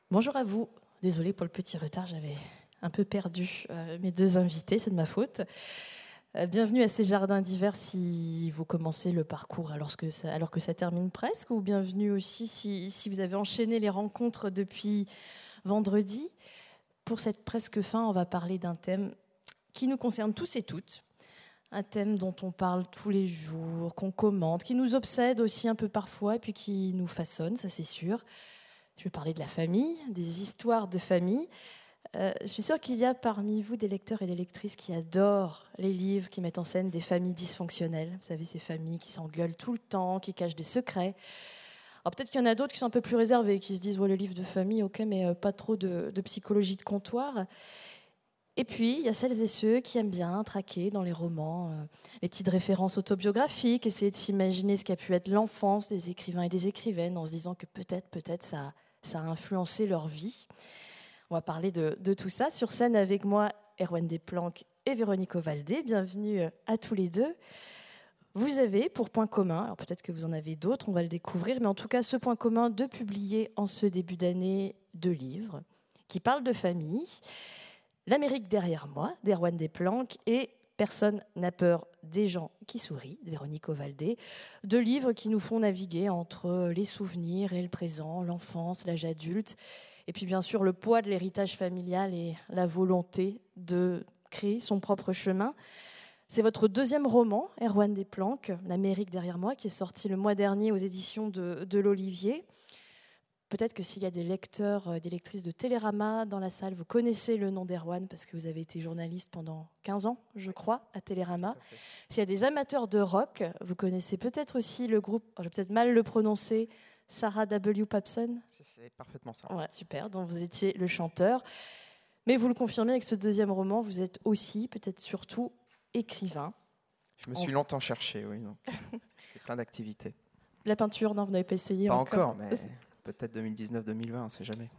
Bonjour à vous. Désolée pour le petit retard, j'avais un peu perdu mes deux invités, c'est de ma faute. Bienvenue à ces jardins d'hiver si vous commencez le parcours alors que ça termine presque, ou bienvenue aussi si vous avez enchaîné les rencontres depuis vendredi. Pour cette presque fin, on va parler d'un thème qui nous concerne tous et toutes, un thème dont on parle tous les jours, qu'on commente, qui nous obsède aussi un peu parfois et puis qui nous façonne, ça c'est sûr. Je vais parler de la famille, des histoires de famille. Je suis sûre qu'il y a parmi vous des lecteurs et des lectrices qui adorent les livres qui mettent en scène des familles dysfonctionnelles. Vous savez, ces familles qui s'engueulent tout le temps, qui cachent des secrets. Alors peut-être qu'il y en a d'autres qui sont un peu plus réservés, qui se disent ouais, le livre de famille, ok, mais pas trop de psychologie de comptoir. Et puis, il y a celles et ceux qui aiment bien traquer dans les romans les petites références autobiographiques, essayer de s'imaginer ce qu'a pu être l'enfance des écrivains et des écrivaines en se disant que peut-être ça a influencé leur vie. On va parler de tout ça. Sur scène avec moi, Erwan Desplanques et Véronique Ovaldé. Bienvenue à tous les deux. Vous avez pour point commun, alors peut-être que vous en avez d'autres, on va le découvrir, mais en tout cas ce point commun de publier en ce début d'année 2 livres qui parlent de famille. L'Amérique derrière moi, d'Erwan Desplanques, et Personne n'a peur des gens qui sourient, de Véronique Ovaldé. 2 livres qui nous font naviguer entre les souvenirs et le présent, l'enfance, l'âge adulte, et puis bien sûr le poids de l'héritage familial et la volonté de créer son propre chemin. C'est votre 2e roman, Erwan Desplanques, L'Amérique derrière moi, qui est sorti le mois dernier aux éditions de l'Olivier. Peut-être que s'il y a des lecteurs, des lectrices de Télérama dans la salle, vous connaissez le nom d'Erwan parce que vous avez été journaliste pendant 15 ans, je crois, à Télérama. S'il y a des amateurs de rock, vous connaissez peut-être aussi le groupe, je vais peut-être mal le prononcer, Sarah W. Paulson. C'est parfaitement ça. Ouais, super, dont vous étiez le chanteur. Mais vous le confirmez avec ce 2e roman, vous êtes aussi, peut-être surtout, écrivain. Je me suis longtemps cherché, oui. Donc, j'ai plein d'activités. La peinture, non, vous n'avez pas essayé Pas encore, mais peut-être 2019-2020, on ne sait jamais.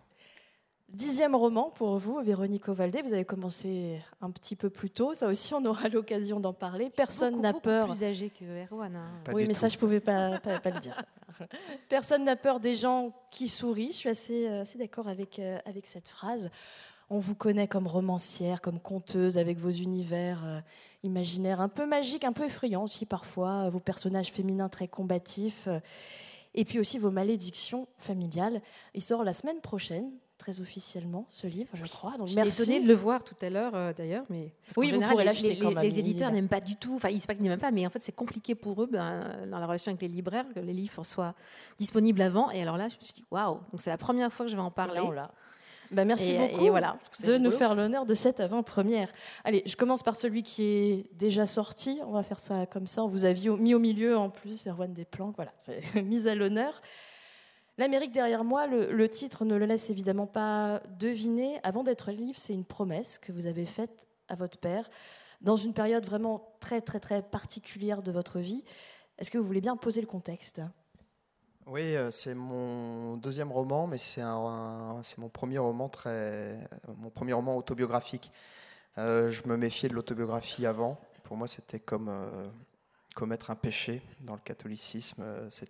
10e roman pour vous, Véronique Ovaldé. Vous avez commencé un petit peu plus tôt. Ça aussi, on aura l'occasion d'en parler. Personne n'a peur. Beaucoup plus âgé que Erwan. Oui, mais ça, je ne pouvais pas le dire. Personne n'a peur des gens qui sourient. Je suis assez d'accord avec cette phrase. On vous connaît comme romancière, comme conteuse, avec vos univers imaginaires un peu magiques, un peu effrayants aussi parfois, vos personnages féminins très combatifs, et puis aussi vos malédictions familiales. Il sort la semaine prochaine, très officiellement, ce livre, je crois. Donc merci. Je étonné de le voir tout à l'heure, d'ailleurs. Mais oui, vous pourrez l'acheter quand même. Les éditeurs n'aiment pas du tout, enfin, ils ne n'aiment pas, mais en fait, c'est compliqué pour eux dans la relation avec les libraires que les livres soient disponibles avant. Et alors là, je me suis dit, waouh, donc c'est la première fois que je vais en parler. Merci beaucoup de nous faire l'honneur de cette avant-première. Allez, je commence par celui qui est déjà sorti. On va faire ça comme ça. On vous a mis au milieu en plus, Erwan Desplanques. Voilà, c'est mise à l'honneur. L'Amérique derrière moi, le titre ne le laisse évidemment pas deviner. Avant d'être livre, c'est une promesse que vous avez faite à votre père dans une période vraiment très, très, très particulière de votre vie. Est-ce que vous voulez bien poser le contexte ? Oui, c'est mon 2e roman, mais c'est mon premier roman autobiographique. Je me méfiais de l'autobiographie avant. Pour moi, c'était comme commettre un péché dans le catholicisme.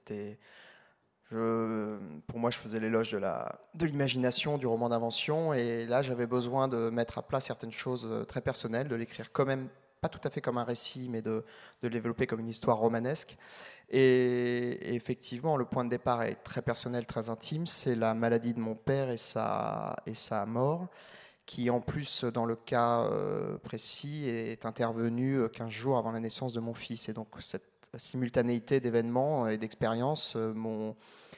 Pour moi, je faisais l'éloge de l'imagination, du roman d'invention, et là, j'avais besoin de mettre à plat certaines choses très personnelles, de l'écrire quand même, pas tout à fait comme un récit, mais de le développer comme une histoire romanesque. Et effectivement, le point de départ est très personnel, très intime. C'est la maladie de mon père et sa mort, qui en plus, dans le cas précis, est intervenue 15 jours avant la naissance de mon fils. Et donc cette simultanéité d'événements et d'expériences m'ont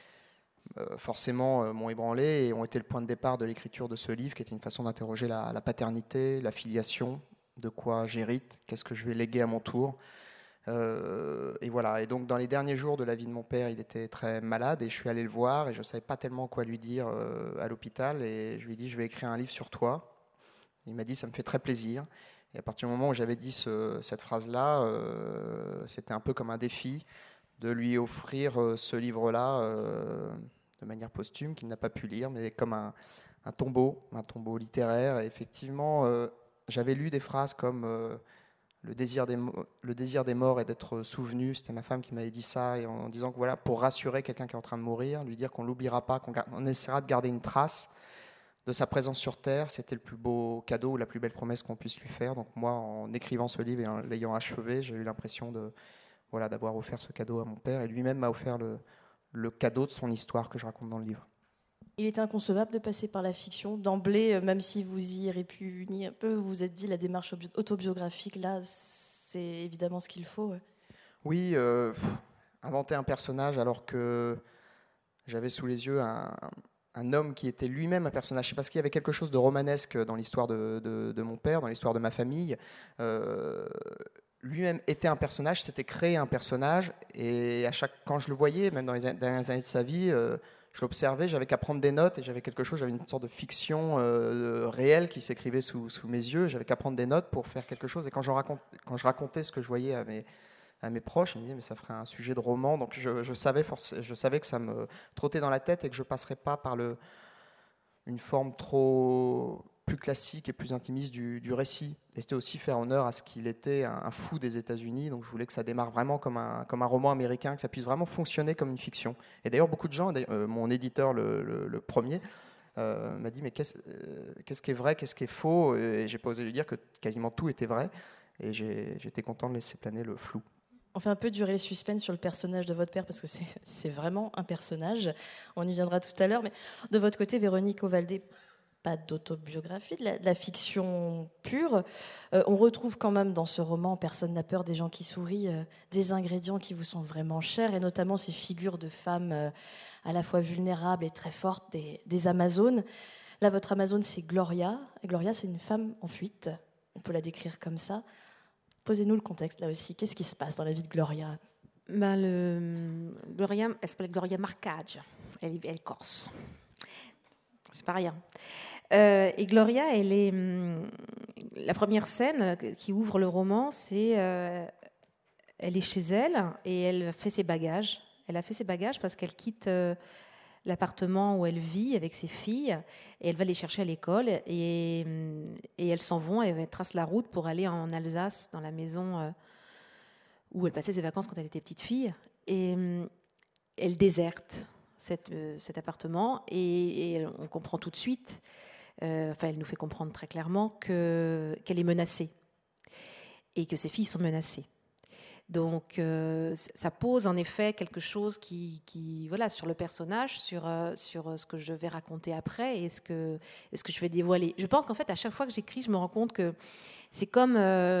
ébranlé et ont été le point de départ de l'écriture de ce livre, qui était une façon d'interroger la paternité, la filiation, de quoi j'hérite, qu'est-ce que je vais léguer à mon tour. Et voilà. Et donc dans les derniers jours de la vie de mon père, il était très malade et je suis allé le voir et je ne savais pas tellement quoi lui dire à l'hôpital, et je lui ai dit, je vais écrire un livre sur toi. Il m'a dit, ça me fait très plaisir. Et à partir du moment où j'avais dit cette phrase-là, c'était un peu comme un défi de lui offrir ce livre-là de manière posthume, qu'il n'a pas pu lire, mais comme un tombeau littéraire. Et effectivement, j'avais lu des phrases comme le désir des morts est d'être souvenu. C'était ma femme qui m'avait dit ça, et en disant que voilà, pour rassurer quelqu'un qui est en train de mourir, lui dire qu'on ne l'oubliera pas, qu'on essaiera de garder une trace. de sa présence sur Terre. C'était le plus beau cadeau ou la plus belle promesse qu'on puisse lui faire. Donc moi, en écrivant ce livre et en l'ayant achevé, j'ai eu l'impression d'avoir offert ce cadeau à mon père. Et lui-même m'a offert le cadeau de son histoire que je raconte dans le livre. Il était inconcevable de passer par la fiction. D'emblée, même si vous y répugnez un peu, vous vous êtes dit la démarche autobiographique, là, c'est évidemment ce qu'il faut. Oui, inventer un personnage alors que j'avais sous les yeux un homme qui était lui-même un personnage. C'est parce qu'il y avait quelque chose de romanesque dans l'histoire de mon père, dans l'histoire de ma famille. Lui-même était un personnage, s'était créé un personnage, et quand je le voyais, même dans les dernières années de sa vie, je l'observais, j'avais qu'à prendre des notes, et j'avais une sorte de fiction réelle qui s'écrivait sous mes yeux, j'avais qu'à prendre des notes pour faire quelque chose, et quand je racontais ce que je voyais à mes proches, ils me disaient mais ça ferait un sujet de roman, donc je savais que ça me trottait dans la tête et que je ne passerais pas par une forme plus classique et plus intimiste du récit. Et c'était aussi faire honneur à ce qu'il était, un fou des États-Unis. Donc je voulais que ça démarre vraiment comme un roman américain, que ça puisse vraiment fonctionner comme une fiction. Et d'ailleurs, beaucoup de gens, mon éditeur, le premier, m'a dit mais qu'est-ce qui est vrai, qu'est-ce qui est faux? Et j'ai pas osé lui dire que quasiment tout était vrai. Et j'étais content de laisser planer le flou. On fait un peu durer le suspense sur le personnage de votre père, parce que c'est vraiment un personnage. On y viendra tout à l'heure. Mais de votre côté, Véronique Ovaldé, pas d'autobiographie, de la fiction pure. On retrouve quand même dans ce roman, Personne n'a peur des gens qui sourient, des ingrédients qui vous sont vraiment chers, et notamment ces figures de femmes à la fois vulnérables et très fortes, des Amazones. Là, votre Amazone, c'est Gloria. Et Gloria, c'est une femme en fuite. On peut la décrire comme ça. Posez-nous le contexte, là aussi. Qu'est-ce qui se passe dans la vie de Gloria? Gloria, elle s'appelle Gloria Marcage. Elle est corse. C'est pas rien. Et Gloria, elle est la première scène qui ouvre le roman, elle est chez elle et elle fait ses bagages. Elle a fait ses bagages parce qu'elle quitte l'appartement où elle vit avec ses filles et elle va les chercher à l'école et elles s'en vont et elles tracent la route pour aller en Alsace, dans la maison où elle passait ses vacances quand elle était petite fille. Et elle déserte cet appartement et on comprend tout de suite, elle nous fait comprendre très clairement qu'elle est menacée et que ses filles sont menacées. Donc, ça pose en effet quelque chose qui voilà, sur le personnage, sur ce que je vais raconter après et ce que je vais dévoiler. Je pense qu'en fait, à chaque fois que j'écris, je me rends compte que c'est comme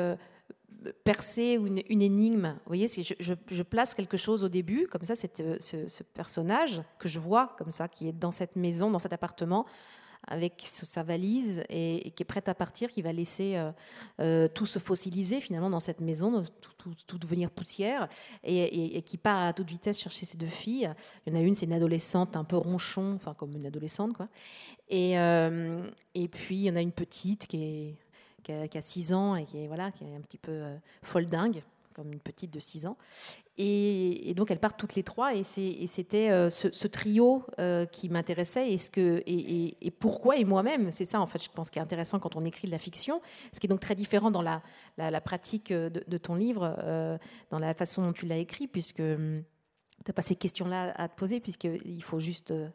percer une énigme. Vous voyez, si je place quelque chose au début, comme ça, ce personnage que je vois comme ça, qui est dans cette maison, dans cet appartement, avec sa valise et qui est prête à partir, qui va laisser tout se fossiliser finalement dans cette maison, tout devenir poussière, et qui part à toute vitesse chercher ses deux filles. Il y en a une, c'est une adolescente un peu ronchon, enfin comme une adolescente, quoi. Et puis il y en a une petite qui a 6 ans et qui est un petit peu folle dingue, comme une petite de 6 ans. Et donc elles partent toutes les trois et c'était ce trio qui m'intéressait et pourquoi, et moi-même, c'est ça en fait je pense qui est intéressant quand on écrit de la fiction, ce qui est donc très différent dans la pratique de ton livre, dans la façon dont tu l'as écrit, puisque tu n'as pas ces questions-là à te poser, puisqu'il faut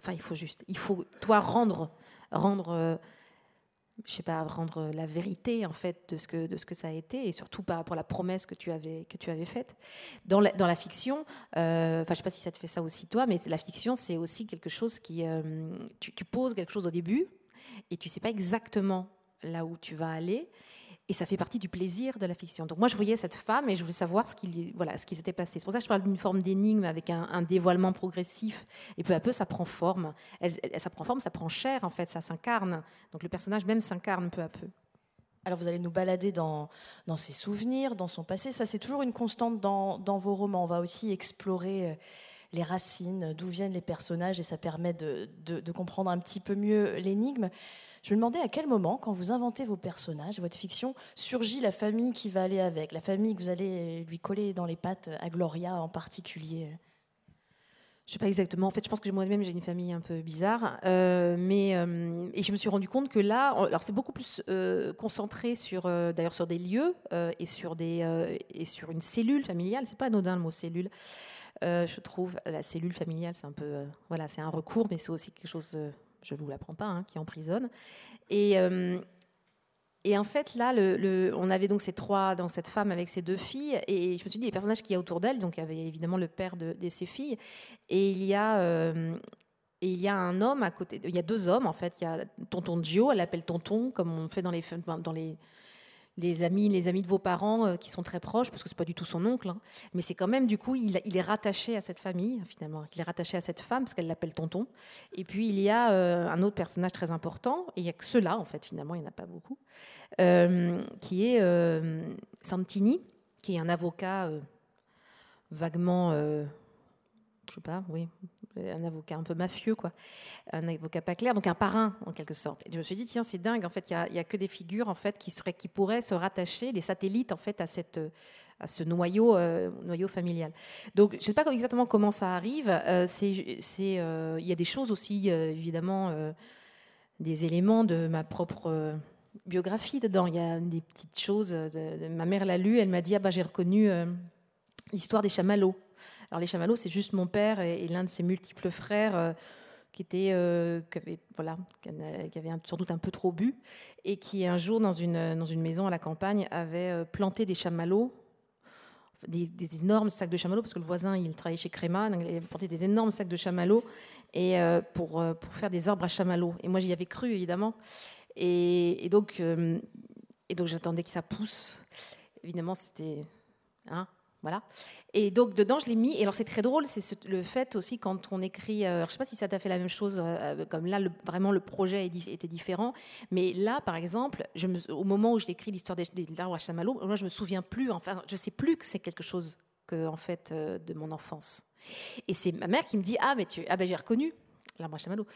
toi rendre je sais pas, rendre la vérité en fait de ce que ça a été, et surtout par rapport à la promesse que tu avais faite. Dans la fiction, je sais pas si ça te fait ça aussi toi, mais la fiction c'est aussi quelque chose qui tu poses quelque chose au début et tu sais pas exactement là où tu vas aller. Et ça fait partie du plaisir de la fiction. Donc moi, je voyais cette femme et je voulais savoir ce qui s'était passé. C'est pour ça que je parle d'une forme d'énigme avec un dévoilement progressif. Et peu à peu, ça prend forme. Ça prend forme, ça prend chair, en fait, ça s'incarne. Donc le personnage même s'incarne peu à peu. Alors vous allez nous balader dans ses souvenirs, dans son passé. Ça, c'est toujours une constante dans vos romans. On va aussi explorer les racines, d'où viennent les personnages, et ça permet de comprendre un petit peu mieux l'énigme. Je me demandais à quel moment, quand vous inventez vos personnages, votre fiction, surgit la famille qui va aller avec, la famille que vous allez lui coller dans les pattes, à Gloria en particulier. Je ne sais pas exactement. En fait, je pense que moi-même, j'ai une famille un peu bizarre. Et je me suis rendu compte que là, alors c'est beaucoup plus concentré d'ailleurs sur des lieux et sur une cellule familiale. C'est pas anodin le mot cellule. Je trouve la cellule familiale, c'est un peu, c'est un recours, mais c'est aussi quelque chose je ne vous l'apprends pas, hein, qui emprisonne. Et en fait, là, on avait donc cette femme avec ses 2 filles, et je me suis dit, les personnages qu'il y a autour d'elle, donc il y avait évidemment le père de ses filles, et il y a un homme à côté, il y a 2 hommes, en fait, il y a tonton Gio, elle l'appelle tonton, comme on fait dans les amis de vos parents qui sont très proches, parce que c'est pas du tout son oncle, hein. Mais c'est quand même, du coup, il est rattaché à cette famille, finalement. Il est rattaché à cette femme, parce qu'elle l'appelle tonton. Et puis, il y a un autre personnage très important, et il n'y a que ceux-là, en fait, finalement, il n'y en a pas beaucoup, qui est Santini, qui est un avocat vaguement... je sais pas, oui, un avocat un peu mafieux, quoi. Un avocat pas clair, donc un parrain, en quelque sorte. Et je me suis dit, tiens, c'est dingue, en fait, il y a que des figures, en fait, qui pourraient se rattacher, des satellites, en fait, à ce noyau familial. Donc, je ne sais pas exactement comment ça arrive. Il y a des choses aussi, évidemment, des éléments de ma propre biographie dedans. Il y a des petites choses. Ma mère l'a lu, elle m'a dit, j'ai reconnu l'histoire des chamallows. Alors les chamallows, c'est juste mon père et l'un de ses multiples frères qui avaient sans doute un peu trop bu et qui un jour dans une maison à la campagne avait planté des chamallows, des énormes sacs de chamallows, parce que le voisin il travaillait chez Créma, donc il avait planté des énormes sacs de chamallows et pour faire des arbres à chamallows. Et moi j'y avais cru évidemment et donc j'attendais que ça pousse. Évidemment c'était voilà. Et donc, dedans, je l'ai mis. Et alors, c'est très drôle, c'est le fait aussi, quand on écrit... alors, je ne sais pas si ça t'a fait la même chose, comme là, vraiment, le projet était différent. Mais là, par exemple, au moment où je l'écris, l'histoire des arbres à chamallows, moi, je ne me souviens plus, enfin, je ne sais plus que c'est quelque chose en fait, de mon enfance. Et c'est ma mère qui me dit, j'ai reconnu l'arbre à chamallows.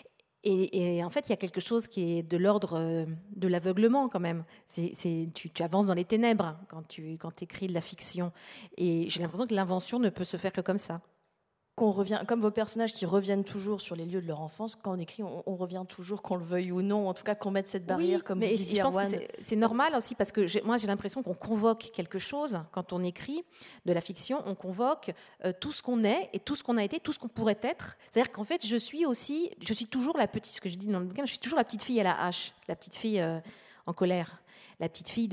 Et en fait, il y a quelque chose qui est de l'ordre de l'aveuglement quand même. Tu avances dans les ténèbres quand tu écris de la fiction. Et j'ai l'impression que l'invention ne peut se faire que comme ça. Comme vos personnages qui reviennent toujours sur les lieux de leur enfance, quand on écrit, on revient toujours, qu'on le veuille ou non, en tout cas qu'on mette cette barrière, comme vous disiez, je pense Erwan. que c'est normal aussi, parce que j'ai l'impression qu'on convoque quelque chose, quand on écrit de la fiction, on convoque tout ce qu'on est et tout ce qu'on a été, tout ce qu'on pourrait être. C'est-à-dire qu'en fait, je suis toujours la petite, ce que je dis dans le bouquin, je suis toujours la petite fille à la hache, la petite fille en colère. La petite fille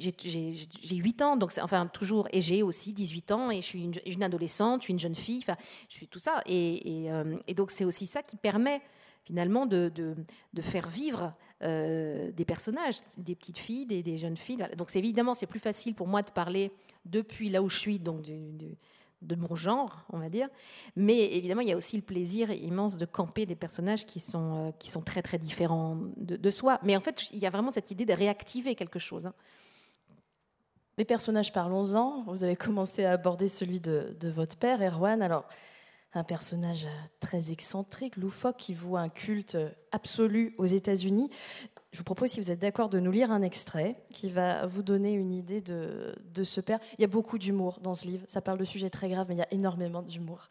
j'ai 8 ans, donc toujours, et j'ai aussi 18 ans, et je suis une adolescente, je suis une jeune fille, je suis tout ça, et donc c'est aussi ça qui permet finalement de faire vivre des personnages, des petites filles, des jeunes filles. Donc évidemment, c'est plus facile pour moi de parler depuis là où je suis, donc de mon genre, on va dire. Mais évidemment, il y a aussi le plaisir immense de camper des personnages qui sont très, très différents de soi. Mais en fait, il y a vraiment cette idée de réactiver quelque chose. Hein. Les personnages, parlons-en. Vous avez commencé à aborder celui de votre père, Erwan. Alors, un personnage très excentrique, loufoque, qui voue un culte absolu aux États-Unis. Je vous propose, si vous êtes d'accord, de nous lire un extrait qui va vous donner une idée de ce père. Il y a beaucoup d'humour dans ce livre. Ça parle de sujets très graves, mais il y a énormément d'humour.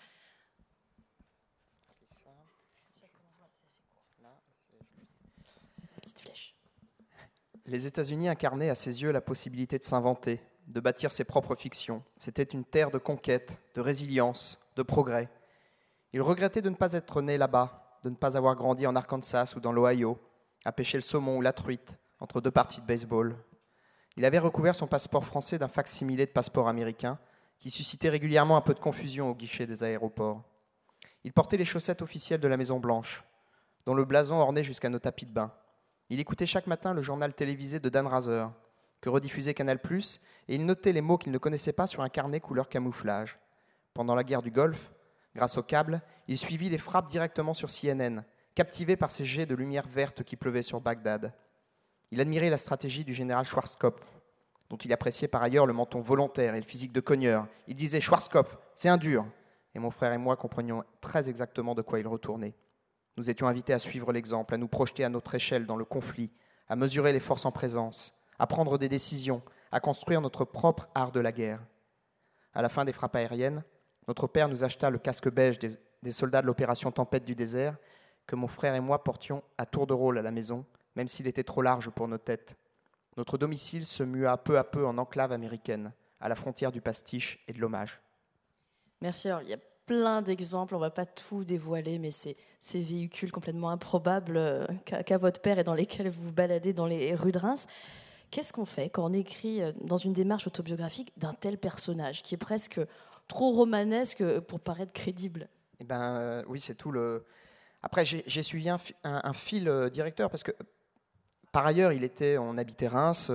Petite flèche. Les États-Unis incarnaient à ses yeux la possibilité de s'inventer, de bâtir ses propres fictions. C'était une terre de conquête, de résilience, de progrès. Il regrettait de ne pas être né là-bas, de ne pas avoir grandi en Arkansas ou dans l'Ohio, à pêcher le saumon ou la truite entre 2 parties de baseball. Il avait recouvert son passeport français d'un fac-similé de passeport américain qui suscitait régulièrement un peu de confusion au guichet des aéroports. Il portait les chaussettes officielles de la Maison-Blanche, dont le blason ornait jusqu'à nos tapis de bain. Il écoutait chaque matin le journal télévisé de Dan Rather, que rediffusait Canal+, et il notait les mots qu'il ne connaissait pas sur un carnet couleur camouflage. Pendant la guerre du Golfe, grâce au câble, il suivit les frappes directement sur CNN, captivé par ces jets de lumière verte qui pleuvaient sur Bagdad. Il admirait la stratégie du général Schwarzkopf, dont il appréciait par ailleurs le menton volontaire et le physique de cogneur. Il disait « Schwarzkopf, c'est un dur !» Et mon frère et moi comprenions très exactement de quoi il retournait. Nous étions invités à suivre l'exemple, à nous projeter à notre échelle dans le conflit, à mesurer les forces en présence, à prendre des décisions, à construire notre propre art de la guerre. À la fin des frappes aériennes, notre père nous acheta le casque beige des soldats de l'opération Tempête du désert que mon frère et moi portions à tour de rôle à la maison, même s'il était trop large pour nos têtes. Notre domicile se mua peu à peu en enclave américaine, à la frontière du pastiche et de l'hommage. Merci. Alors, il y a plein d'exemples, on ne va pas tout dévoiler, mais ces véhicules complètement improbables qu'a votre père et dans lesquels vous vous baladez dans les rues de Reims. Qu'est-ce qu'on fait quand on écrit dans une démarche autobiographique d'un tel personnage, qui est presque trop romanesque pour paraître crédible? Eh ben, oui, c'est tout le... Après, j'ai suivi un fil directeur, parce que par ailleurs, on habitait Reims,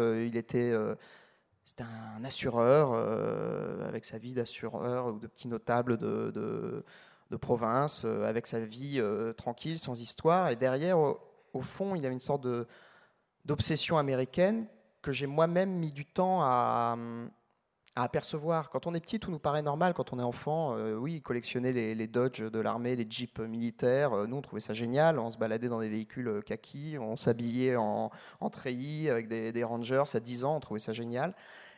c'était un assureur, avec sa vie d'assureur ou de petit notable de province, avec sa vie tranquille, sans histoire. Et derrière, au fond, il y avait une sorte d'obsession américaine que j'ai moi-même mis du temps à apercevoir. Quand on est petit, tout nous paraît normal. Quand on est enfant, oui, collectionner les Dodge de l'armée, les Jeeps militaires, nous, on trouvait ça génial. On se baladait dans des véhicules kaki, on s'habillait en treillis avec des Rangers à 10 ans, on trouvait ça génial.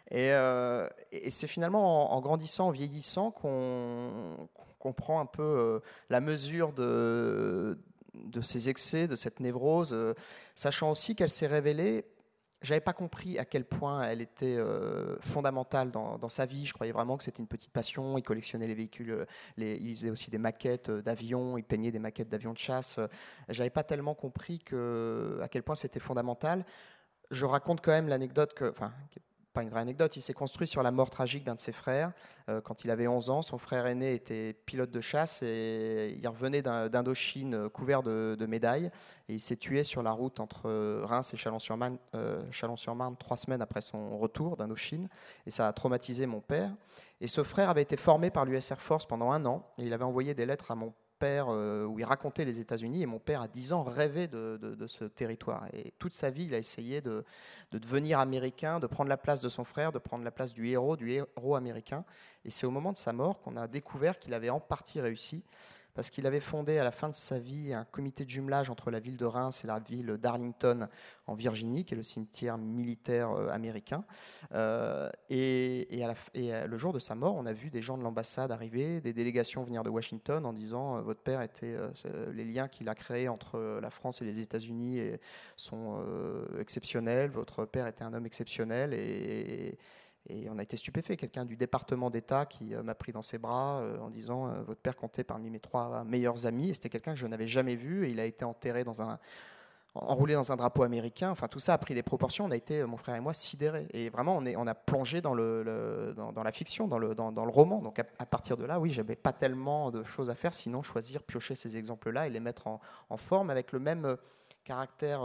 Et c'est finalement en grandissant, en vieillissant, qu'on comprend un peu la mesure de ces excès, de cette névrose, sachant aussi qu'elle s'est révélée. J'avais pas compris à quel point elle était fondamentale dans sa vie. Je croyais vraiment que c'était une petite passion. Il collectionnait les véhicules, il faisait aussi des maquettes d'avions, il peignait des maquettes d'avions de chasse. J'avais pas tellement compris à quel point c'était fondamental. Je raconte quand même l'anecdote qui n'est pas une vraie anecdote. Il s'est construit sur la mort tragique d'un de ses frères. Quand il avait 11 ans, son frère aîné était pilote de chasse et il revenait d'Indochine couvert de médailles. Et il s'est tué sur la route entre Reims et Chalon-sur-Marne 3 semaines après son retour d'Indochine. Et ça a traumatisé mon père. Et ce frère avait été formé par l'US Air Force pendant 1 an. Et il avait envoyé des lettres à mon père où il racontait les États-Unis. Et mon père, à 10 ans, rêvait de ce territoire. Et toute sa vie, il a essayé de devenir américain, de prendre la place de son frère, de prendre la place du héros américain. Et c'est au moment de sa mort qu'on a découvert qu'il avait en partie réussi, parce qu'il avait fondé à la fin de sa vie un comité de jumelage entre la ville de Reims et la ville d'Arlington en Virginie, qui est le cimetière militaire américain. Et le jour de sa mort, on a vu des gens de l'ambassade arriver, des délégations venir de Washington en disant votre père était les liens qu'il a créés entre la France et les États-Unis sont exceptionnels. Votre père était un homme exceptionnel et on a été stupéfait. Quelqu'un du département d'État qui m'a pris dans ses bras en disant votre père comptait parmi mes 3 meilleurs amis. Et c'était quelqu'un que je n'avais jamais vu. Et il a été enterré enroulé dans un drapeau américain. Enfin, tout ça a pris des proportions. On a été, mon frère et moi, sidérés. Et vraiment, on a plongé dans la fiction, dans le roman. Donc, à partir de là, oui, j'avais pas tellement de choses à faire, sinon piocher ces exemples-là et les mettre en forme avec le même caractère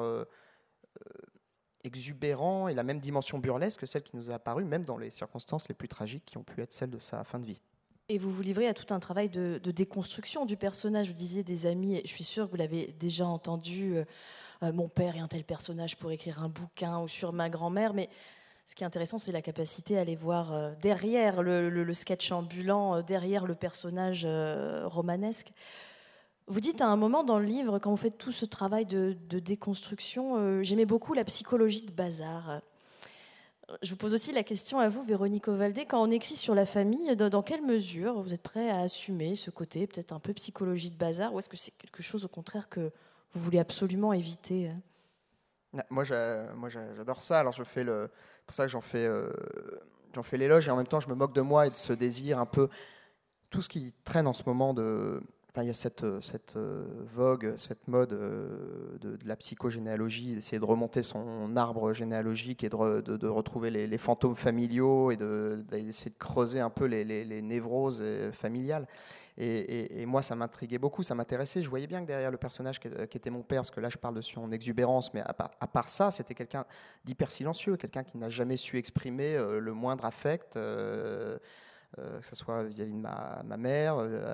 exubérant et la même dimension burlesque que celle qui nous a apparu, même dans les circonstances les plus tragiques qui ont pu être celles de sa fin de vie. Et vous vous livrez à tout un travail de déconstruction du personnage. Vous disiez des amis, et je suis sûre que vous l'avez déjà entendu, mon père est un tel personnage pour écrire un bouquin, ou sur ma grand-mère, mais ce qui est intéressant, c'est la capacité à aller voir derrière le sketch ambulant, derrière le personnage romanesque. Vous dites à un moment dans le livre, quand vous faites tout ce travail de déconstruction, j'aimais beaucoup la psychologie de bazar. Je vous pose aussi la question à vous, Véronique Ovaldé, quand on écrit sur la famille, dans quelle mesure vous êtes prêt à assumer ce côté peut-être un peu psychologie de bazar, ou est-ce que c'est quelque chose au contraire que vous voulez absolument éviter? Moi, j'adore ça. Alors, pour ça que j'en fais l'éloge, et en même temps, je me moque de moi et de ce désir un peu, tout ce qui traîne en ce moment il y a cette vogue, cette mode de la psychogénéalogie, d'essayer de remonter son arbre généalogique et de retrouver les fantômes familiaux et d'essayer de creuser un peu les névroses familiales. Et moi, ça m'intriguait beaucoup, ça m'intéressait. Je voyais bien que derrière le personnage qui était mon père, parce que là, je parle de son exubérance, mais à part ça, c'était quelqu'un d'hyper silencieux, quelqu'un qui n'a jamais su exprimer le moindre affect, que ce soit vis-à-vis de ma mère,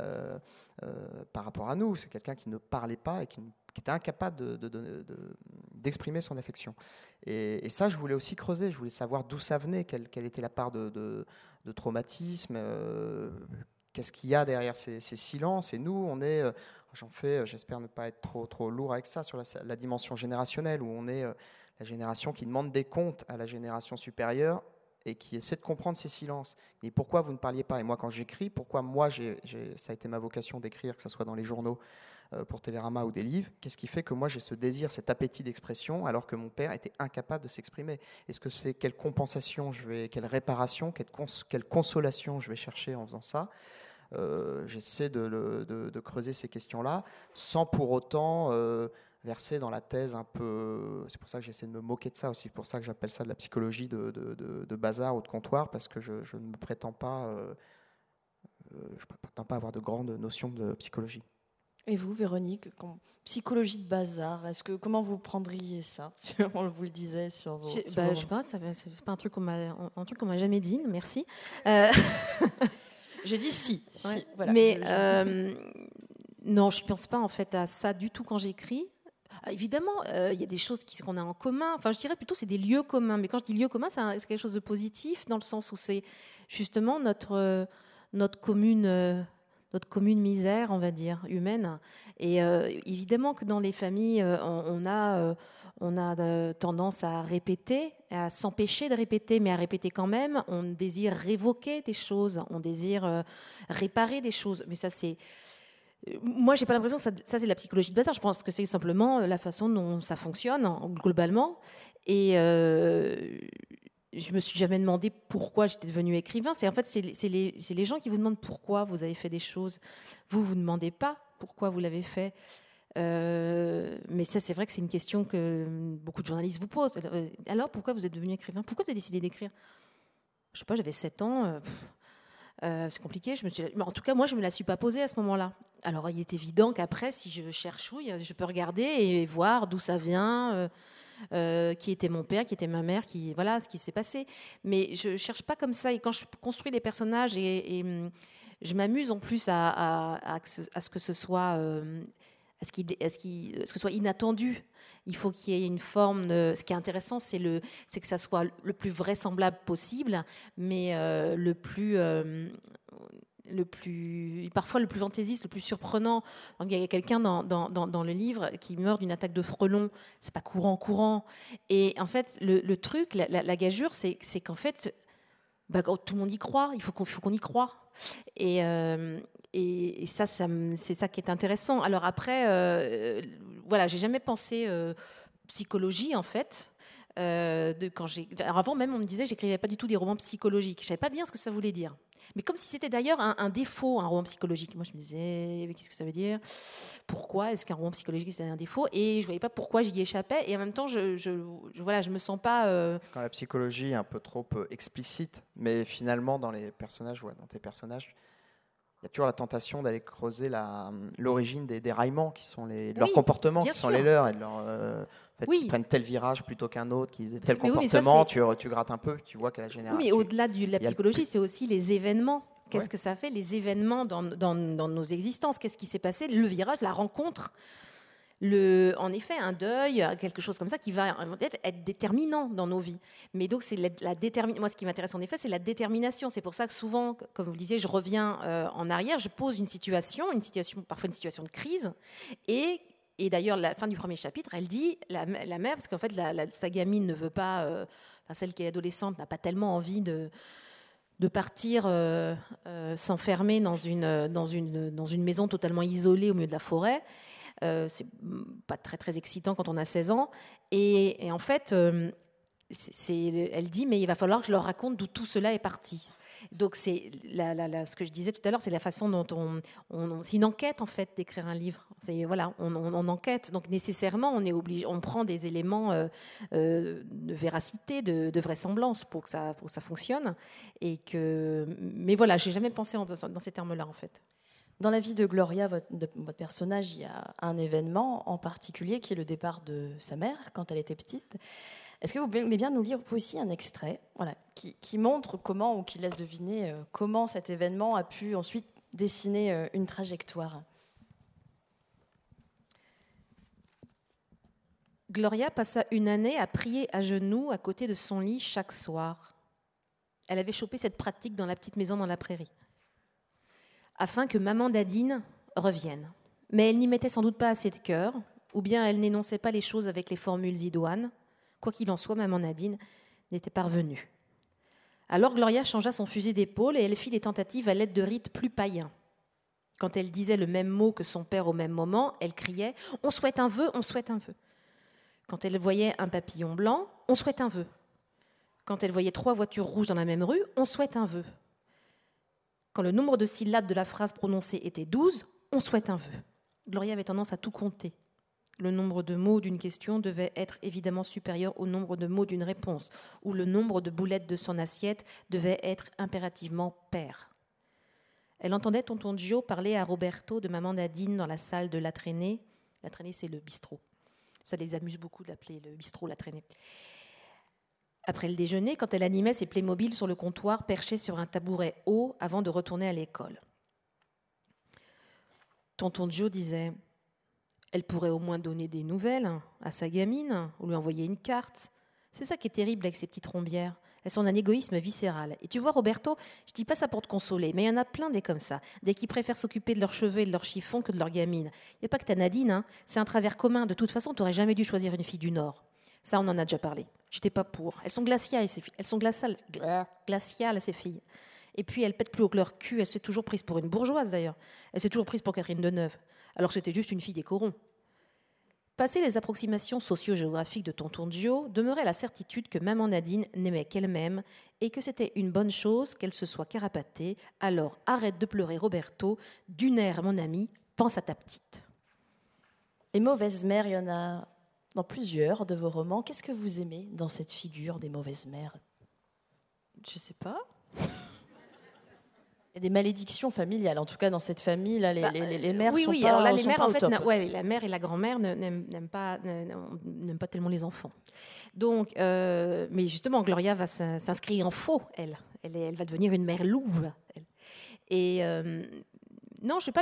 par rapport à nous. C'est quelqu'un qui ne parlait pas et qui était incapable d'exprimer son affection. Et ça, je voulais aussi creuser. Je voulais savoir d'où ça venait, quelle était la part de traumatisme, qu'est-ce qu'il y a derrière ces silences. Et nous, j'espère ne pas être trop lourd avec ça, sur la dimension générationnelle, où on est la génération qui demande des comptes à la génération supérieure et qui essaie de comprendre ces silences. Et pourquoi vous ne parliez pas? Et moi, quand j'écris, pourquoi moi, ça a été ma vocation d'écrire, que ce soit dans les journaux pour Télérama ou des livres, qu'est-ce qui fait que moi, j'ai ce désir, cet appétit d'expression, alors que mon père était incapable de s'exprimer? Est-ce que c'est quelle compensation quelle réparation, quelle consolation je vais chercher en faisant ça? j'essaie de creuser ces questions-là, sans pour autant verser dans la thèse un peu... C'est pour ça que j'essaie de me moquer de ça aussi, c'est pour ça que j'appelle ça de la psychologie de bazar ou de comptoir, parce que je ne me prétends pas... je ne prétends pas avoir de grandes notions de psychologie. Et vous, Véronique, psychologie de bazar, comment vous prendriez ça, si on vous le disait sur vos... Je sais pas, c'est pas un truc qu'on m'a jamais dit, merci. J'ai dit si. Ouais. Voilà. Mais non, je ne pense pas en fait à ça du tout quand j'écris. Évidemment, il y a des choses qu'on a en commun. Enfin, je dirais plutôt c'est des lieux communs. Mais quand je dis lieux communs, c'est quelque chose de positif dans le sens où c'est justement notre commune misère, on va dire, humaine. Et évidemment que dans les familles, on a tendance à répéter, à s'empêcher de répéter, mais à répéter quand même. On désire révoquer des choses, on désire réparer des choses. Mais ça, c'est... Moi, j'ai pas l'impression que ça c'est la psychologie de bazar. Je pense que c'est simplement la façon dont ça fonctionne globalement. Et je me suis jamais demandé pourquoi j'étais devenue écrivain. C'est les gens qui vous demandent pourquoi vous avez fait des choses. Vous demandez pas pourquoi vous l'avez fait. Mais ça, c'est vrai que c'est une question que beaucoup de journalistes vous posent. Alors, pourquoi vous êtes devenu écrivain? Pourquoi vous avez décidé d'écrire? Je sais pas, j'avais 7 ans. C'est compliqué. Mais en tout cas, moi, je me la suis pas posée à ce moment-là. Alors, il est évident qu'après, si je cherchouille, je peux regarder et voir d'où ça vient, qui était mon père, qui était ma mère, voilà ce qui s'est passé. Mais je cherche pas comme ça. Et quand je construis des personnages, et je m'amuse en plus à ce que ce soit, à ce que ce soit inattendu. Il faut qu'il y ait une forme de... Ce qui est intéressant, c'est que ça soit le plus vraisemblable possible, mais parfois le plus fantaisiste, le plus surprenant. Donc, il y a quelqu'un dans le livre qui meurt d'une attaque de frelons. C'est pas courant. Et en fait, le truc, la gageure, c'est qu'en fait, tout le monde y croit. Il faut qu'on y croit. Et ça, c'est ça qui est intéressant. Alors après, voilà, j'ai jamais pensé psychologie en fait. Alors avant même, on me disait que j'écrivais pas du tout des romans psychologiques. Je savais pas bien ce que ça voulait dire. Mais comme si c'était d'ailleurs un défaut, un roman psychologique. Moi, je me disais, mais qu'est-ce que ça veut dire? Pourquoi est-ce qu'un roman psychologique, c'est un défaut? Et je voyais pas pourquoi j'y échappais. Et en même temps, je me sens pas... Quand la psychologie est un peu trop explicite, mais finalement, dans tes personnages, il y a toujours la tentation d'aller creuser l'origine des déraillements qui sont leurs comportements, qui sont les leurs, et qui prennent tel virage plutôt qu'un autre, qu'ils aient tel comportement, tu grattes un peu, tu vois qu'à la génération... Oui, mais au-delà de la psychologie, c'est aussi les événements. Qu'est-ce que ça fait, les événements dans nos existences? Qu'est-ce qui s'est passé? Le virage, la rencontre, en effet, un deuil, quelque chose comme ça qui va être déterminant dans nos vies. Mais donc, c'est moi, ce qui m'intéresse en effet, c'est la détermination. C'est pour ça que souvent, comme vous le disiez, je reviens en arrière, je pose une situation, parfois une situation de crise, et d'ailleurs, la fin du premier chapitre, elle dit, la mère, parce qu'en fait, sa gamine ne veut pas, celle qui est adolescente, n'a pas tellement envie de partir s'enfermer dans une maison totalement isolée au milieu de la forêt. C'est pas très très excitant quand on a 16 ans. Et en fait, elle dit, mais il va falloir que je leur raconte d'où tout cela est parti. Donc c'est ce que je disais tout à l'heure, c'est la façon dont c'est une enquête en fait d'écrire un livre. On enquête, donc nécessairement on prend des éléments de véracité, de vraisemblance pour que ça fonctionne. Mais voilà, j'ai jamais pensé dans ces termes-là en fait. Dans la vie de Gloria, votre personnage, il y a un événement en particulier qui est le départ de sa mère quand elle était petite. Est-ce que vous voulez bien nous lire aussi un extrait qui montre comment, ou qui laisse deviner comment cet événement a pu ensuite dessiner une trajectoire? Gloria passa une année à prier à genoux à côté de son lit chaque soir. Elle avait chopé cette pratique dans la petite maison dans la prairie, afin que maman Dadine revienne. Mais elle n'y mettait sans doute pas assez de cœur, ou bien elle n'énonçait pas les choses avec les formules idoines. Quoi qu'il en soit, maman Nadine n'était pas revenue. Alors Gloria changea son fusil d'épaule et elle fit des tentatives à l'aide de rites plus païens. Quand elle disait le même mot que son père au même moment, elle criait « On souhaite un vœu, on souhaite un vœu ». Quand elle voyait un papillon blanc, on souhaite un vœu. Quand elle voyait 3 voitures rouges dans la même rue, on souhaite un vœu. quand le nombre de syllabes de la phrase prononcée était 12, on souhaite un vœu. Gloria avait tendance à tout compter. Le nombre de mots d'une question devait être évidemment supérieur au nombre de mots d'une réponse, ou le nombre de boulettes de son assiette devait être impérativement pair. Elle entendait tonton Gio parler à Roberto de maman Nadine dans la salle de La Traînée. La Traînée, c'est le bistrot. Ça les amuse beaucoup d'appeler le bistrot La Traînée. Après le déjeuner, quand elle animait ses Playmobil sur le comptoir, perché sur un tabouret haut avant de retourner à l'école. Tonton Gio disait... Elle pourrait au moins donner des nouvelles à sa gamine ou lui envoyer une carte. C'est ça qui est terrible avec ces petites rombières. Elles sont d'un égoïsme viscéral. Et tu vois, Roberto, je ne dis pas ça pour te consoler, mais il y en a plein des comme ça, des qui préfèrent s'occuper de leurs cheveux et de leurs chiffons que de leur gamine. Il n'y a pas que ta Nadine, hein. C'est un travers commun. De toute façon, tu n'aurais jamais dû choisir une fille du Nord. Ça, on en a déjà parlé. J'étais pas pour. Elles sont glaciales, ces filles. Elles sont glaciales, ces filles. Et puis, elles pètent plus haut que leur cul. Elle s'est toujours prise pour une bourgeoise, d'ailleurs. Elle s'est toujours prise pour Catherine Deneuve, alors que c'était juste une fille des corons. Passé les approximations socio-géographiques de tonton Gio, demeurait la certitude que maman Nadine n'aimait qu'elle-même et que c'était une bonne chose qu'elle se soit carapatée. Alors arrête de pleurer, Roberto. D'une air, mon ami, pense à ta petite. Les mauvaises mères, il y en a dans plusieurs de vos romans. Qu'est-ce que vous aimez dans cette figure des mauvaises mères ? Je sais pas. Il y a des malédictions familiales, en tout cas dans cette famille, là, les mères oui, sont oui. pas, Alors là, les sont mères, pas en au fait, top. la mère et la grand-mère n'aiment pas tellement les enfants. Donc, mais justement, Gloria va s'inscrire en faux. Elle va devenir une mère louve. Et non, je sais pas.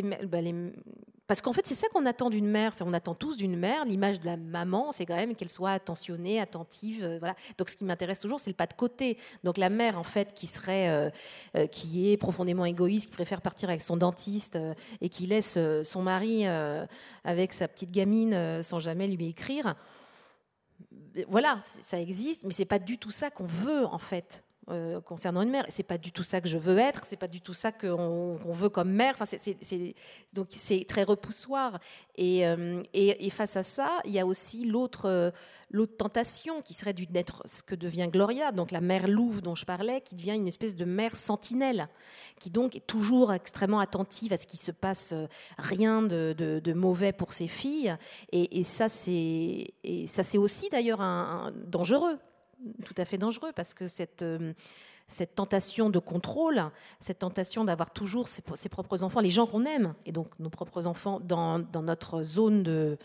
Parce qu'en fait, c'est ça qu'on attend d'une mère. On attend tous d'une mère. L'image de la maman, c'est quand même qu'elle soit attentionnée, attentive. Voilà. Donc, ce qui m'intéresse toujours, c'est le pas de côté. Donc, la mère, en fait, qui est profondément égoïste, qui préfère partir avec son dentiste et qui laisse son mari avec sa petite gamine sans jamais lui écrire. Voilà, ça existe, mais c'est pas du tout ça qu'on veut, en fait. Concernant une mère, c'est pas du tout ça que je veux être, c'est pas du tout ça qu'on veut comme mère. Enfin, donc c'est très repoussoir. Et face à ça, il y a aussi l'autre tentation qui serait d'être ce que devient Gloria, donc la mère louve dont je parlais, qui devient une espèce de mère sentinelle, qui donc est toujours extrêmement attentive à ce qui se passe, rien de mauvais pour ses filles. Et ça, c'est aussi d'ailleurs un dangereux. Tout à fait dangereux, parce que cette tentation de contrôle, cette tentation d'avoir toujours ses propres enfants, les gens qu'on aime, et donc nos propres enfants dans notre zone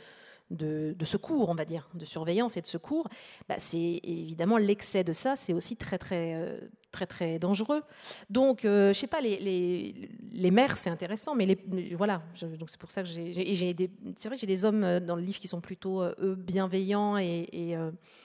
de secours, on va dire, de surveillance et de secours, c'est évidemment l'excès de ça, c'est aussi très très très très dangereux. Donc, je sais pas, les mères, c'est intéressant, mais voilà. Donc c'est pour ça que c'est vrai que j'ai des hommes dans le livre qui sont plutôt eux bienveillants et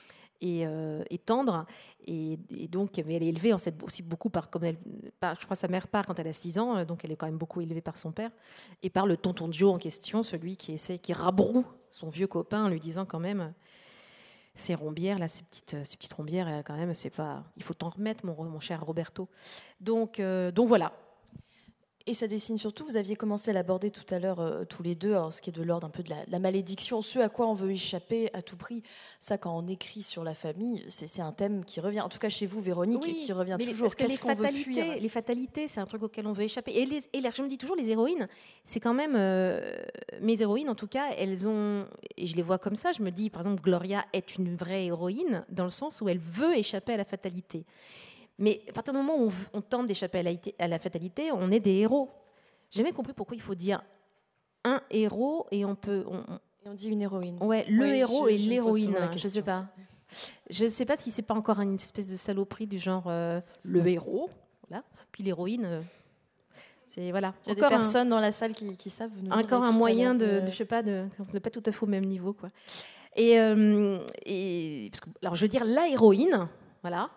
tendre, et donc mais elle est élevée aussi beaucoup par je crois sa mère part quand elle a 6 ans, donc elle est quand même beaucoup élevée par son père et par le tonton Gio en question, celui qui rabroue son vieux copain en lui disant quand même ces rombières là, ces petites rombières quand même, c'est pas, il faut t'en remettre mon cher Roberto. Donc voilà. Et ça dessine surtout, vous aviez commencé à l'aborder tout à l'heure tous les deux, alors ce qui est de l'ordre un peu de la malédiction, ce à quoi on veut échapper à tout prix. Ça, quand on écrit sur la famille, c'est un thème qui revient, en tout cas chez vous, Véronique, oui, qui revient toujours. Parce que les fatalités, c'est un truc auquel on veut échapper. Et je me dis toujours, les héroïnes, c'est quand même... mes héroïnes, en tout cas, elles ont... Et je les vois comme ça, je me dis, par exemple, Gloria est une vraie héroïne, dans le sens où elle veut échapper à la fatalité. Mais à partir du moment où on tente d'échapper à la fatalité, on est des héros. J'ai jamais compris pourquoi il faut dire un héros et on dit une héroïne. Ouais, héros et l'héroïne. Je sais pas. Je sais pas si c'est pas encore une espèce de saloperie du genre le héros, voilà, puis l'héroïne. C'est voilà. Il y a des personnes dans la salle qui savent. Vous nous encore un moyen je sais pas, on n'est pas tout à fait au même niveau, quoi. Et parce que, alors je veux dire la héroïne, voilà.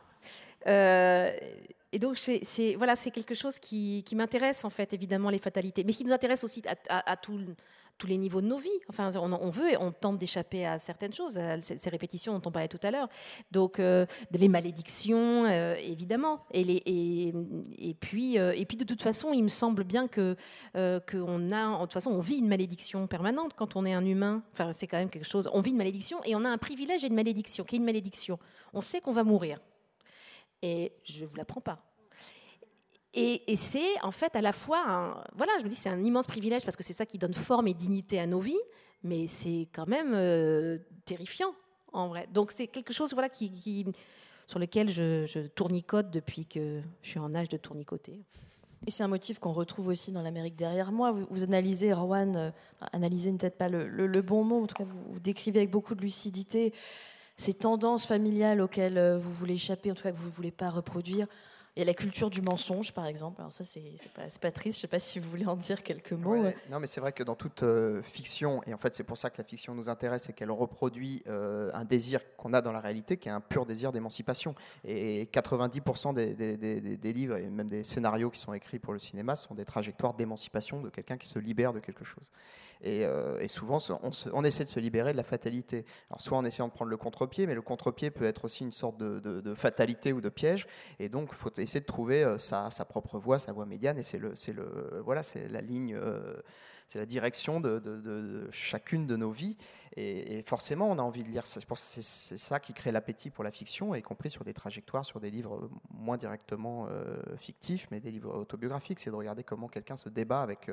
Et donc, c'est quelque chose qui m'intéresse, en fait, évidemment, les fatalités. Mais qui nous intéresse aussi à tous les niveaux de nos vies. Enfin, on tente d'échapper à certaines choses, à ces répétitions dont on parlait tout à l'heure. Donc, les malédictions, évidemment. Et puis, de toute façon, il me semble bien de toute façon, on vit une malédiction permanente quand on est un humain. Enfin, c'est quand même quelque chose. On vit une malédiction et on a un privilège et une malédiction. Qui est une malédiction ? On sait qu'on va mourir. Et je ne vous l'apprends pas. Et c'est en fait à la fois, je me dis c'est un immense privilège parce que c'est ça qui donne forme et dignité à nos vies, mais c'est quand même terrifiant en vrai. Donc c'est quelque chose sur lequel je tournicote depuis que je suis en âge de tournicoter. Et c'est un motif qu'on retrouve aussi dans l'Amérique derrière moi. Vous analysez, Erwan, analysez peut-être pas le bon mot, en tout cas vous décrivez avec beaucoup de lucidité ces tendances familiales auxquelles vous voulez échapper, en tout cas que vous ne voulez pas reproduire. Il y a la culture du mensonge, par exemple. Alors ça, c'est pas triste. Je ne sais pas si vous voulez en dire quelques mots. Ouais. Non, mais c'est vrai que dans toute fiction, et en fait c'est pour ça que la fiction nous intéresse, c'est qu'elle reproduit un désir qu'on a dans la réalité, qui est un pur désir d'émancipation. Et 90% des livres, et même des scénarios qui sont écrits pour le cinéma, sont des trajectoires d'émancipation de quelqu'un qui se libère de quelque chose. Et souvent, on essaie de se libérer de la fatalité. Alors, soit en essayant de prendre le contre-pied, mais le contre-pied peut être aussi une sorte de fatalité ou de piège. Et donc, il faut essayer de trouver sa propre voie, sa voie médiane. Et c'est la ligne, c'est la direction de chacune de nos vies. Et forcément, on a envie de lire ça. C'est ça qui crée l'appétit pour la fiction, y compris sur des trajectoires, sur des livres moins directement fictifs, mais des livres autobiographiques. C'est de regarder comment quelqu'un se débat avec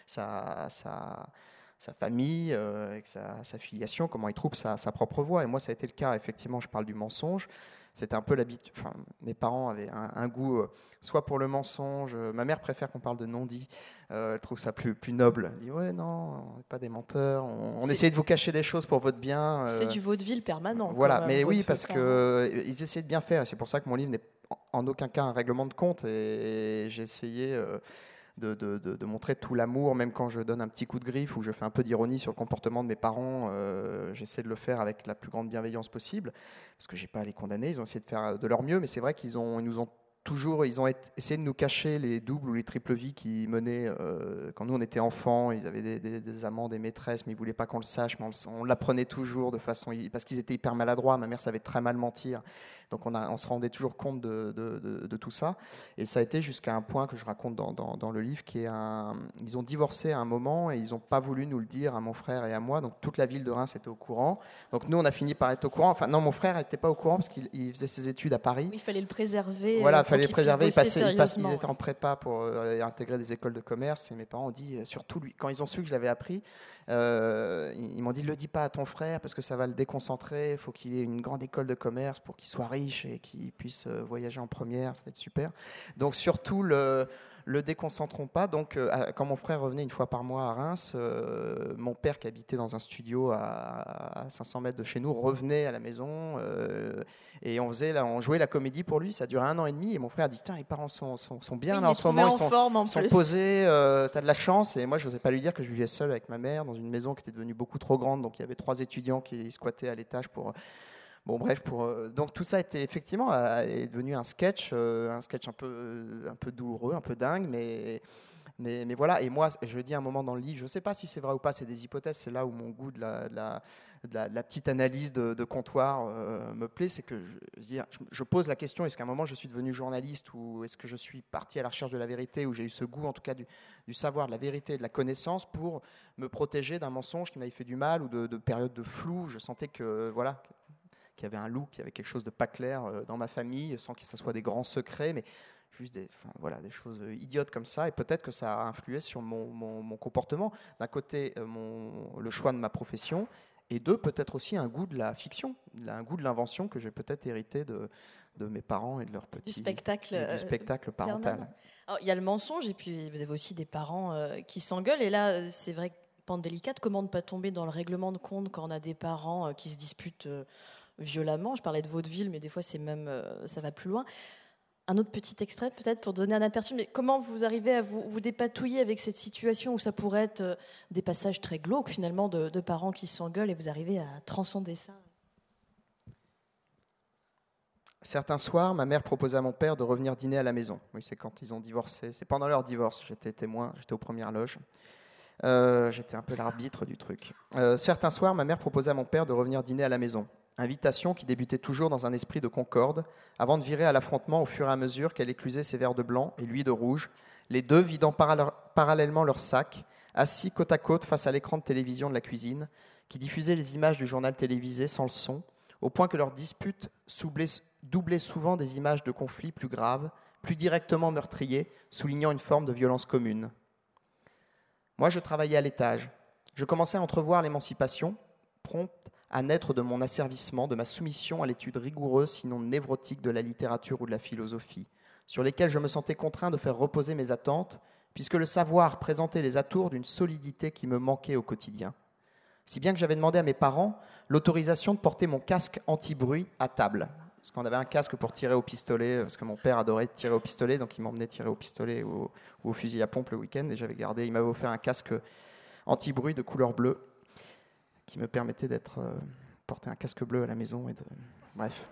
sa famille, avec sa filiation, comment il trouve sa propre voie. Et moi, ça a été le cas. Effectivement, je parle du mensonge. C'était un peu l'habitude. Enfin, mes parents avaient un goût soit pour le mensonge. Ma mère préfère qu'on parle de non-dit. Elle trouve ça plus noble. Elle dit ouais, non, on n'est pas des menteurs. On essaye de vous cacher des choses pour votre bien. C'est du vaudeville permanent. Voilà, mais oui, parce qu'ils essaient de bien faire. C'est pour ça que mon livre n'est en aucun cas un règlement de compte. Et j'ai essayé de montrer tout l'amour, même quand je donne un petit coup de griffe ou je fais un peu d'ironie sur le comportement de mes parents, j'essaie de le faire avec la plus grande bienveillance possible, parce que j'ai pas à les condamner, ils ont essayé de faire de leur mieux, mais c'est vrai qu'ils nous ont essayé de nous cacher les doubles ou les triples vies qu'ils menaient quand nous on était enfants. Ils avaient des amants, des maîtresses, mais ils voulaient pas qu'on le sache, mais on l'apprenait toujours de façon, parce qu'ils étaient hyper maladroits. Ma mère savait très mal mentir, donc on se rendait toujours compte de tout ça. Et ça a été jusqu'à un point que je raconte dans le livre, ils ont divorcé à un moment et ils n'ont pas voulu nous le dire à mon frère et à moi. Donc toute la ville de Reims était au courant. Donc nous on a fini par être au courant. Enfin non, mon frère n'était pas au courant parce qu'il faisait ses études à Paris. Oui, il fallait le préserver. Voilà, fallait le préserver. Ils étaient en prépa pour intégrer des écoles de commerce. Et mes parents ont dit, surtout lui, quand ils ont su que je l'avais appris, ils m'ont dit, le dis pas à ton frère parce que ça va le déconcentrer. Il faut qu'il ait une grande école de commerce pour qu'il soit riche et qu'il puisse voyager en première. Ça va être super. Donc surtout le déconcentrons pas. Donc, quand mon frère revenait une fois par mois à Reims, mon père, qui habitait dans un studio à 500 mètres de chez nous, revenait à la maison et on jouait la comédie pour lui. Ça durait 1 an et demi. Et mon frère a dit, putain, les parents sont bien là en ce moment. Ils sont posés, t'as de la chance. Et moi, je n'osais pas lui dire que je vivais seul avec ma mère dans une maison qui était devenue beaucoup trop grande. Donc, il y avait 3 étudiants qui squattaient à l'étage pour... Bon, bref, donc tout ça était effectivement est devenu un sketch un peu douloureux, un peu dingue, mais voilà. Et moi, je dis à un moment dans le livre, je ne sais pas si c'est vrai ou pas, c'est des hypothèses. C'est là où mon goût de la petite analyse de comptoir me plaît, c'est que je pose la question, est-ce qu'à un moment je suis devenu journaliste ou est-ce que je suis parti à la recherche de la vérité, ou j'ai eu ce goût en tout cas du savoir, de la vérité et de la connaissance pour me protéger d'un mensonge qui m'avait fait du mal ou de périodes de flou. Je sentais que voilà, qu'il y avait un loup, qu'il y avait quelque chose de pas clair dans ma famille, sans que ça soit des grands secrets, mais juste des choses idiotes comme ça. Et peut-être que ça a influé sur mon comportement. D'un côté, le choix de ma profession, et deux, peut-être aussi un goût de la fiction, un goût de l'invention que j'ai peut-être hérité de mes parents et de leur du spectacle parental. Alors, il y a le mensonge, et puis vous avez aussi des parents qui s'engueulent. Et là, c'est vrai, pente délicate, comment ne pas tomber dans le règlement de compte quand on a des parents qui se disputent violemment. Je parlais de vaudeville, mais des fois, c'est même, ça va plus loin. Un autre petit extrait, peut-être, pour donner un aperçu. Mais comment vous arrivez à vous dépatouiller avec cette situation où ça pourrait être des passages très glauques, finalement, de parents qui s'engueulent, et vous arrivez à transcender ça? Certains soirs, ma mère proposait à mon père de revenir dîner à la maison. Oui, c'est quand ils ont divorcé. C'est pendant leur divorce. J'étais témoin, j'étais aux premières loges. J'étais un peu l'arbitre du truc. Certains soirs, ma mère proposait à mon père de revenir dîner à la maison. Invitation qui débutait toujours dans un esprit de concorde, avant de virer à l'affrontement au fur et à mesure qu'elle éclusait ses verres de blanc et lui de rouge, les deux vidant parallèlement leur sac, assis côte à côte face à l'écran de télévision de la cuisine, qui diffusait les images du journal télévisé sans le son, au point que leurs disputes doublait souvent des images de conflits plus graves, plus directement meurtrier, soulignant une forme de violence commune. Moi, je travaillais à l'étage. Je commençais à entrevoir l'émancipation, prompte à naître de mon asservissement, de ma soumission à l'étude rigoureuse, sinon névrotique, de la littérature ou de la philosophie, sur lesquelles je me sentais contraint de faire reposer mes attentes, puisque le savoir présentait les atours d'une solidité qui me manquait au quotidien. Si bien que j'avais demandé à mes parents l'autorisation de porter mon casque anti-bruit à table. Parce qu'on avait un casque pour tirer au pistolet, parce que mon père adorait tirer au pistolet, donc il m'emmenait tirer au pistolet ou au fusil à pompe le week-end, et il m'avait offert un casque anti-bruit de couleur bleue, qui me permettait porter un casque bleu à la maison. Bref.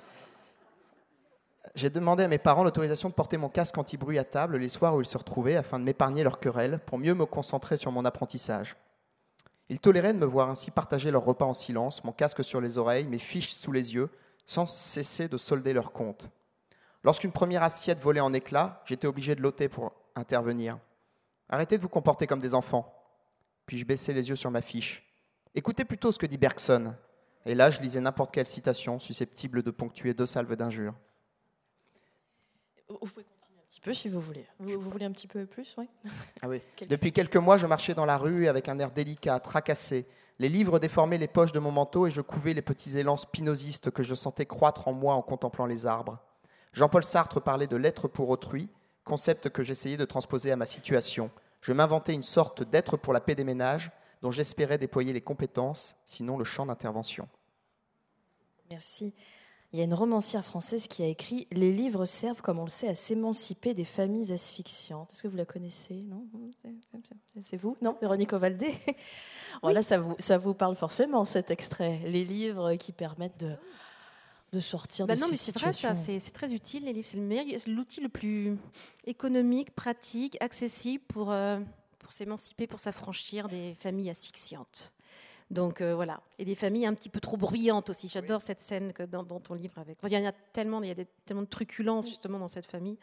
J'ai demandé à mes parents l'autorisation de porter mon casque anti-bruit à table les soirs où ils se retrouvaient, afin de m'épargner leurs querelles, pour mieux me concentrer sur mon apprentissage. Ils toléraient de me voir ainsi partager leur repas en silence, mon casque sur les oreilles, mes fiches sous les yeux, sans cesser de solder leur compte. Lorsqu'une première assiette volait en éclats, j'étais obligé de l'ôter pour intervenir. « Arrêtez de vous comporter comme des enfants. » Puis je baissais les yeux sur ma fiche. « Écoutez plutôt ce que dit Bergson. » Et là, je lisais n'importe quelle citation susceptible de ponctuer 2 salves d'injures. Vous pouvez continuer un petit peu si vous voulez. Vous voulez un petit peu plus, oui. Ah oui. Depuis quelques mois, je marchais dans la rue avec un air délicat, tracassé. Les livres déformaient les poches de mon manteau et je couvais les petits élans spinozistes que je sentais croître en moi en contemplant les arbres. Jean-Paul Sartre parlait de l'être pour autrui, concept que j'essayais de transposer à ma situation. Je m'inventais une sorte d'être pour la paix des ménages dont j'espérais déployer les compétences, sinon le champ d'intervention. Merci. Il y a une romancière française qui a écrit « Les livres servent, comme on le sait, à s'émanciper des familles asphyxiantes ». Est-ce que vous la connaissez? Non? C'est vous? Non? Véronique Ovaldé? Voilà, ça vous parle forcément, cet extrait. Les livres qui permettent de sortir de ces situations. Non, mais c'est vrai, c'est très utile, les livres. C'est l'outil le plus économique, pratique, accessible pour s'émanciper, pour s'affranchir des familles asphyxiantes. Donc voilà, et des familles un petit peu trop bruyantes aussi. J'adore cette scène dans ton livre. Il y a tellement de truculence justement dans cette famille.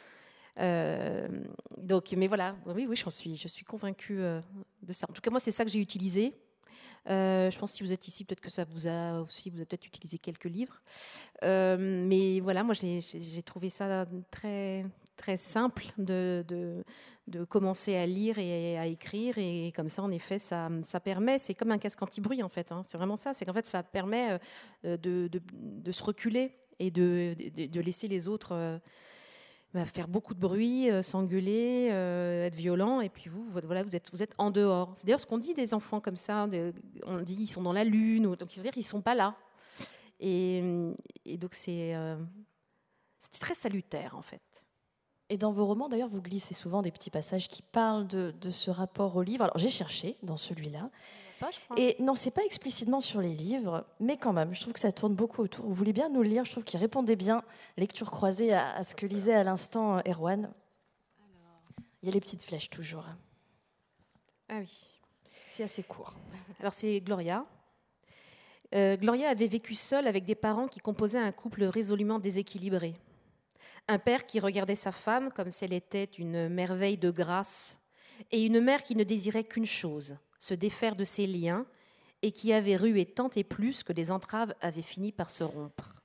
Mais voilà, oui, je suis convaincue de ça. En tout cas, moi, c'est ça que j'ai utilisé. Je pense que si vous êtes ici, peut-être que ça vous avez peut-être utilisé quelques livres. Mais voilà, moi, j'ai trouvé ça très, très simple de commencer à lire et à écrire. Et comme ça, en effet, ça permet, c'est comme un casque anti-bruit, en fait. Hein, c'est vraiment ça. C'est qu'en fait, ça permet de se reculer et de laisser les autres faire beaucoup de bruit, s'engueuler, être violent. Et puis vous êtes en dehors. C'est d'ailleurs ce qu'on dit des enfants comme ça. On dit ils sont dans la lune. Donc, ça veut dire qu'ils ne sont pas là. Et donc, c'était très salutaire, en fait. Et dans vos romans, d'ailleurs, vous glissez souvent des petits passages qui parlent de ce rapport au livre. Alors, j'ai cherché dans celui-là. Et non, c'est pas explicitement sur les livres, mais quand même, je trouve que ça tourne beaucoup autour. Vous voulez bien nous le lire? Je trouve qu'il répondait bien, lecture croisée, à ce que lisait à l'instant Erwan. Il y a les petites flèches, toujours. Ah oui. C'est assez court. Alors, c'est Gloria. Gloria avait vécu seule avec des parents qui composaient un couple résolument déséquilibré. Un père qui regardait sa femme comme si elle était une merveille de grâce, et une mère qui ne désirait qu'une chose, se défaire de ses liens, et qui avait rué tant et plus que les entraves avaient fini par se rompre.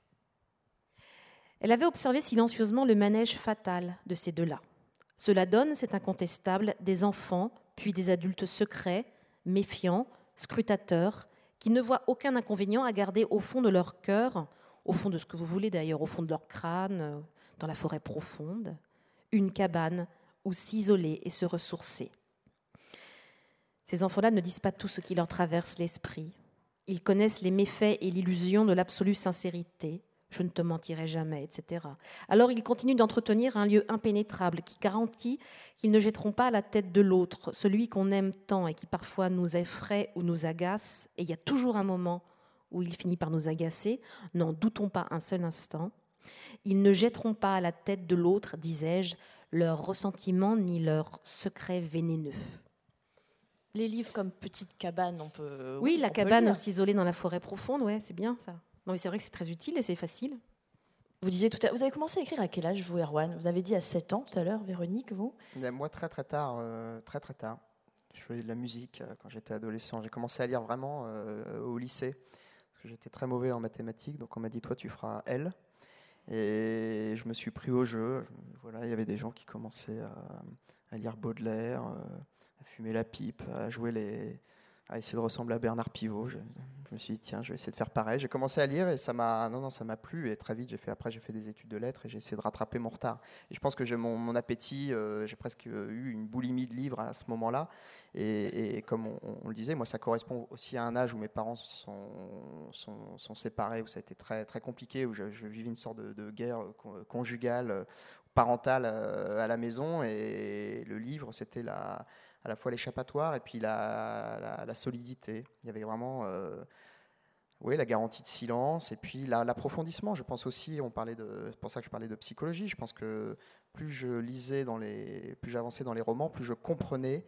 Elle avait observé silencieusement le manège fatal de ces deux-là. Cela donne, c'est incontestable, des enfants, puis des adultes secrets, méfiants, scrutateurs, qui ne voient aucun inconvénient à garder au fond de leur cœur, au fond de ce que vous voulez d'ailleurs, au fond de leur crâne, dans la forêt profonde, une cabane où s'isoler et se ressourcer. Ces enfants-là ne disent pas tout ce qui leur traverse l'esprit. Ils connaissent les méfaits et l'illusion de l'absolue sincérité. Je ne te mentirai jamais, etc. Alors ils continuent d'entretenir un lieu impénétrable qui garantit qu'ils ne jetteront pas à la tête de l'autre, celui qu'on aime tant et qui parfois nous effraie ou nous agace. Et il y a toujours un moment où il finit par nous agacer. N'en doutons pas un seul instant. Ils ne jetteront pas à la tête de l'autre, disais-je, leurs ressentiments ni leurs secrets vénéneux. Les livres comme Petite cabane, on peut... Oui, la cabane où s'isoler dans la forêt profonde, ouais, c'est bien ça. Non, mais c'est vrai que c'est très utile et c'est facile. Vous disiez tout à l'heure, vous avez commencé à écrire à quel âge, vous, Erwan? Vous avez dit à 7 ans tout à l'heure, Véronique, vous? Moi, très tard. Je faisais de la musique quand j'étais adolescent. J'ai commencé à lire vraiment au lycée, parce que j'étais très mauvais en mathématiques, donc on m'a dit, toi, tu feras L. Et je me suis pris au jeu. Voilà, il y avait des gens qui commençaient à lire Baudelaire, à fumer la pipe, à essayer de ressembler à Bernard Pivot. Je me suis dit, tiens, je vais essayer de faire pareil. J'ai commencé à lire et ça m'a plu. Et très vite, j'ai fait des études de lettres et j'ai essayé de rattraper mon retard. Et je pense que j'ai mon appétit, j'ai presque eu une boulimie de livres à ce moment-là. Et comme on le disait, moi, ça correspond aussi à un âge où mes parents sont séparés, où ça a été très, très compliqué, où je vivais une sorte de guerre conjugale, parentale à la maison. Et le livre, c'était à la fois l'échappatoire et puis la solidité. Il y avait vraiment la garantie de silence et puis l'approfondissement. Je pense aussi, c'est pour ça que je parlais de psychologie, je pense que plus je lisais plus j'avançais dans les romans, plus je comprenais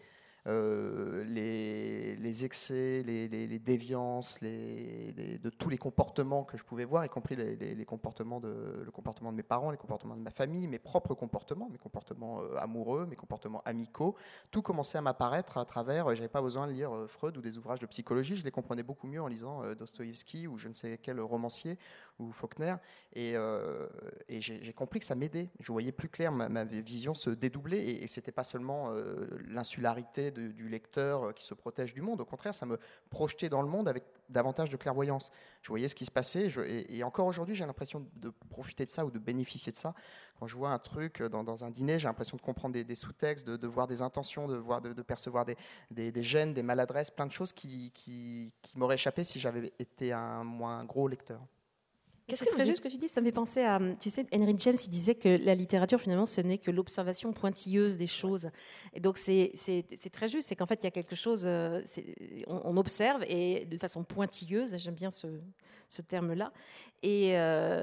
les excès, les déviances, de tous les comportements que je pouvais voir, y compris le comportement de mes parents, les comportements de ma famille, mes propres comportements, mes comportements amoureux, mes comportements amicaux. Tout commençait à m'apparaître à travers, j'avais pas besoin de lire Freud ou des ouvrages de psychologie, je les comprenais beaucoup mieux en lisant Dostoïevski ou je ne sais quel romancier ou Faulkner. Et j'ai compris que ça m'aidait. Je voyais plus clair, ma vision se dédoublait et c'était pas seulement l'insularité du lecteur qui se protège du monde. Au contraire, ça me projetait dans le monde avec davantage de clairvoyance. Je voyais ce qui se passait et encore aujourd'hui, j'ai l'impression de profiter de ça ou de bénéficier de ça. Quand je vois un truc dans un dîner, j'ai l'impression de comprendre des sous-textes, de voir des intentions, de percevoir des gênes, des maladresses, plein de choses qui m'auraient échappé si j'avais été un moins gros lecteur. Qu'est-ce que ce que tu dis, ça me fait penser à, tu sais, Henry James, il disait que la littérature, finalement, ce n'est que l'observation pointilleuse des choses. Et donc, c'est très juste, c'est qu'en fait, il y a quelque chose, on observe et de façon pointilleuse, j'aime bien ce terme-là, et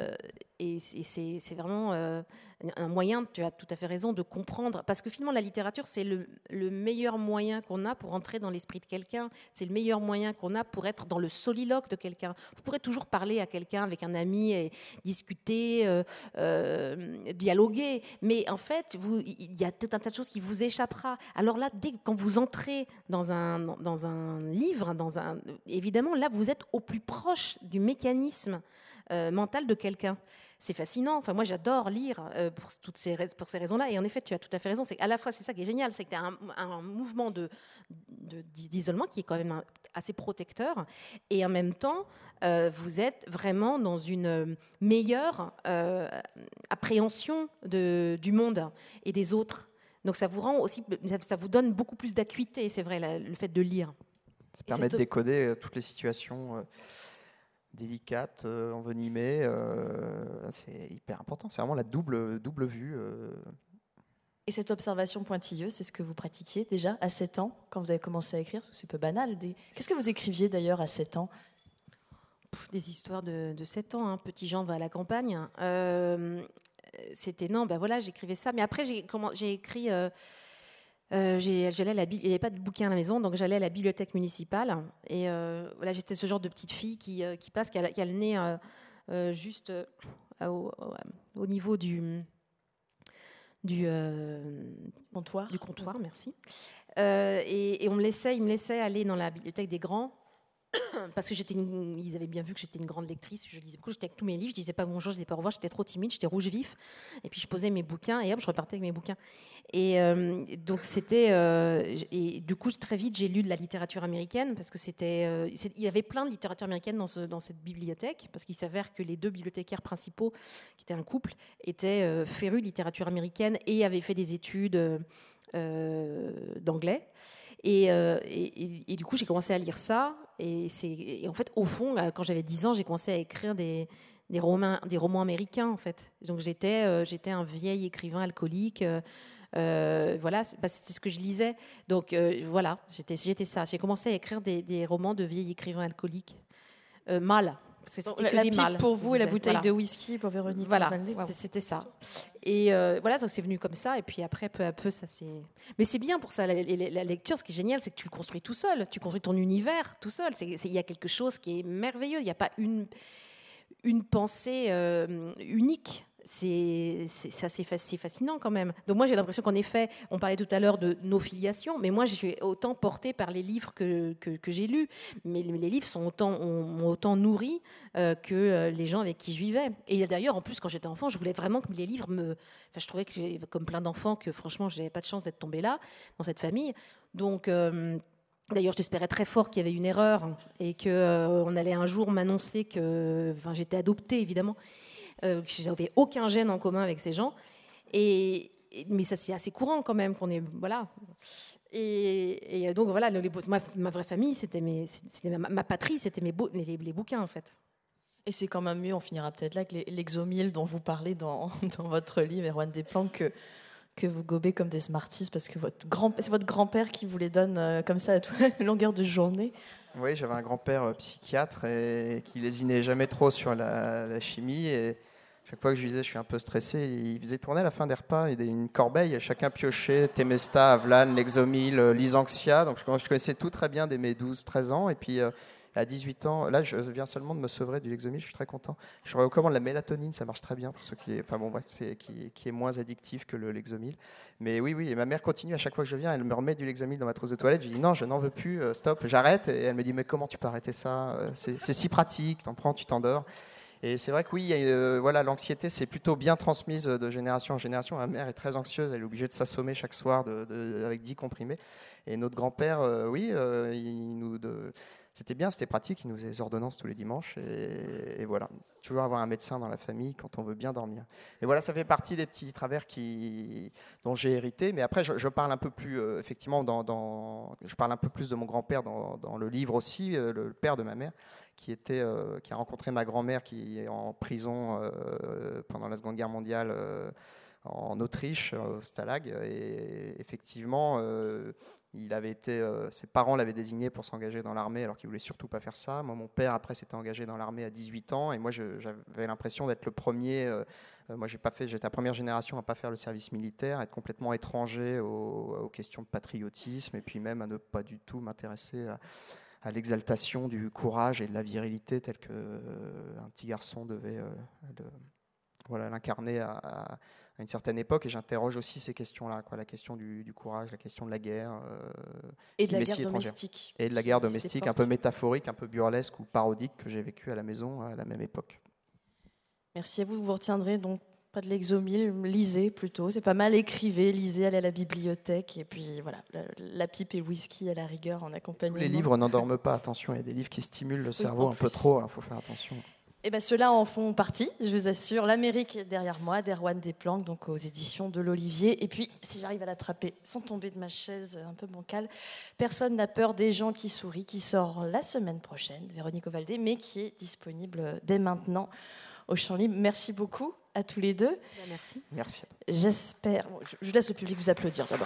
c'est vraiment un moyen, tu as tout à fait raison, de comprendre, parce que finalement, la littérature, c'est le meilleur moyen qu'on a pour entrer dans l'esprit de quelqu'un, c'est le meilleur moyen qu'on a pour être dans le soliloque de quelqu'un. Vous pourrez toujours parler à quelqu'un, avec un ami, et discuter, dialoguer, mais en fait, il y a tout un tas de choses qui vous échappera. Alors là, quand vous entrez dans un livre, évidemment, là, vous êtes au plus proche du mécanisme mental de quelqu'un. C'est fascinant. Enfin, moi, j'adore lire pour ces raisons-là. Et en effet, tu as tout à fait raison. C'est à la fois, c'est ça qui est génial, c'est que tu as un mouvement d'isolement qui est quand même assez protecteur. Et en même temps, vous êtes vraiment dans une meilleure appréhension du monde et des autres. Donc, ça vous rend aussi, ça vous donne beaucoup plus d'acuité, c'est vrai, le fait de lire. Ça permet de décoder toutes les situations délicate, envenimée, c'est hyper important. C'est vraiment la double vue. Et cette observation pointilleuse, c'est ce que vous pratiquiez déjà à 7 ans, quand vous avez commencé à écrire? C'est peu banal. Qu'est-ce que vous écriviez d'ailleurs à 7 ans? Des histoires de 7 ans. Hein. Petit Jean va à la campagne. C'était j'écrivais ça. Mais après, j'ai écrit... j'allais à il n'y avait pas de bouquin à la maison, donc j'allais à la bibliothèque municipale. Et j'étais ce genre de petite fille qui passe, qui a le nez juste au niveau du comptoir. Du comptoir, merci. Et il me laissait aller dans la bibliothèque des grands. Parce que ils avaient bien vu que j'étais une grande lectrice, je lisais beaucoup, j'étais avec tous mes livres, je disais pas bonjour, je disais pas au revoir, j'étais trop timide, j'étais rouge vif, et puis je posais mes bouquins et hop, je repartais avec mes bouquins. Et donc et du coup très vite j'ai lu de la littérature américaine parce que il y avait plein de littérature américaine dans cette bibliothèque, parce qu'il s'avère que les deux bibliothécaires principaux, qui étaient un couple, étaient férus de littérature américaine et avaient fait des études d'anglais. Et du coup, j'ai commencé à lire ça. Et en fait, au fond, quand j'avais 10 ans, j'ai commencé à écrire des romans américains, en fait. Donc, j'étais un vieil écrivain alcoolique. C'était ce que je lisais. Donc, j'étais ça. J'ai commencé à écrire des romans de vieil écrivain alcoolique. Mal. La pipe pour vous et la bouteille de whisky pour Véronique. Voilà, c'était ça. Et donc c'est venu comme ça. Et puis après, peu à peu, ça s'est... Mais c'est bien pour ça, la lecture, ce qui est génial, c'est que tu le construis tout seul. Tu construis ton univers tout seul. Il y a quelque chose qui est merveilleux. Il n'y a pas une pensée unique. c'est assez fascinant quand même. Donc moi j'ai l'impression qu'en effet, on parlait tout à l'heure de nos filiations, mais moi je suis autant portée par les livres que j'ai lus. Mais les livres m'ont autant nourri que les gens avec qui je vivais. Et d'ailleurs, en plus, quand j'étais enfant, je voulais vraiment que les livres me... Enfin, je trouvais que, comme plein d'enfants, que franchement, je n'avais pas de chance d'être tombée là, dans cette famille. Donc... D'ailleurs, j'espérais très fort qu'il y avait une erreur et qu'on allait un jour m'annoncer que... Enfin, j'étais adoptée, évidemment. Je n'avais aucun gène en commun avec ces gens. Mais ça, c'est assez courant quand même qu'on est... Voilà. Et donc, voilà, ma vraie famille, c'était ma patrie, c'était les bouquins, en fait. Et c'est quand même mieux, on finira peut-être là, que l'exomile dont vous parlez dans votre livre, Erwan Desplanques, que vous gobez comme des Smarties, parce que c'est votre grand-père qui vous les donne comme ça à toute longueur de journée. Oui, j'avais un grand-père psychiatre et qui lésinait jamais trop sur la chimie. Et chaque fois que je lui disais je suis un peu stressé, il faisait tourner à la fin des repas une corbeille, chacun piochait Temesta, Avlan, Lexomil, Lysanxia. Donc je connaissais tout très bien dès mes 12-13 ans. Et puis à 18 ans, là je viens seulement de me sevrer du Lexomil, je suis très content. Je recommande la mélatonine, ça marche très bien pour ceux qui est moins addictif que le Lexomil. Mais oui, et ma mère continue à chaque fois que je viens, elle me remet du Lexomil dans ma trousse de toilette. Je lui dis non, je n'en veux plus, stop, j'arrête. Et elle me dit mais comment tu peux arrêter ça, c'est si pratique, t'en prends, tu t'endors. Et c'est vrai que oui, l'anxiété, c'est plutôt bien transmise de génération en génération. Ma mère est très anxieuse, elle est obligée de s'assommer chaque soir avec 10 comprimés. Et notre grand-père, c'était bien, c'était pratique, il nous faisait des ordonnances tous les dimanches. Et voilà, toujours avoir un médecin dans la famille quand on veut bien dormir. Et voilà, ça fait partie des petits travers dont j'ai hérité. Mais après, je parle un peu plus, effectivement, je parle un peu plus de mon grand-père dans le livre aussi, le père de ma mère, qui a rencontré ma grand-mère qui est en prison pendant la Seconde Guerre mondiale en Autriche, au Stalag. Et effectivement, ses parents l'avaient désigné pour s'engager dans l'armée alors qu'il voulait surtout pas faire ça. Moi, mon père, après, s'était engagé dans l'armée à 18 ans. Et moi, j'avais l'impression d'être le premier. Moi, j'étais la première génération à pas faire le service militaire, à être complètement étranger aux questions de patriotisme et puis même à ne pas du tout m'intéresser à l'exaltation du courage et de la virilité tel qu'un petit garçon devait l'incarner à une certaine époque. Et j'interroge aussi ces questions-là, la question du courage, la question de la guerre. Et de la guerre domestique. Et de la guerre domestique, un peu métaphorique, un peu burlesque ou parodique que j'ai vécu à la maison à la même époque. Merci à vous, vous retiendrez donc pas de l'exomile, lisez plutôt, c'est pas mal, écrivez, lisez, allez à la bibliothèque, et puis voilà, la pipe et le whisky à la rigueur en accompagnement. Les livres n'endorment pas, attention, il y a des livres qui stimulent le cerveau un peu trop, il faut faire attention. Et bien ceux-là en font partie, je vous assure. L'Amérique est derrière moi, d'Erwan Desplanques, donc aux éditions de l'Olivier. Et puis, si j'arrive à l'attraper sans tomber de ma chaise un peu bancale, Personne n'a peur des gens qui sourient, qui sort la semaine prochaine, Véronique Ovaldé, mais qui est disponible dès maintenant au Champ Libre. Merci beaucoup à tous les deux. Merci. Merci. J'espère... Je laisse le public vous applaudir d'abord.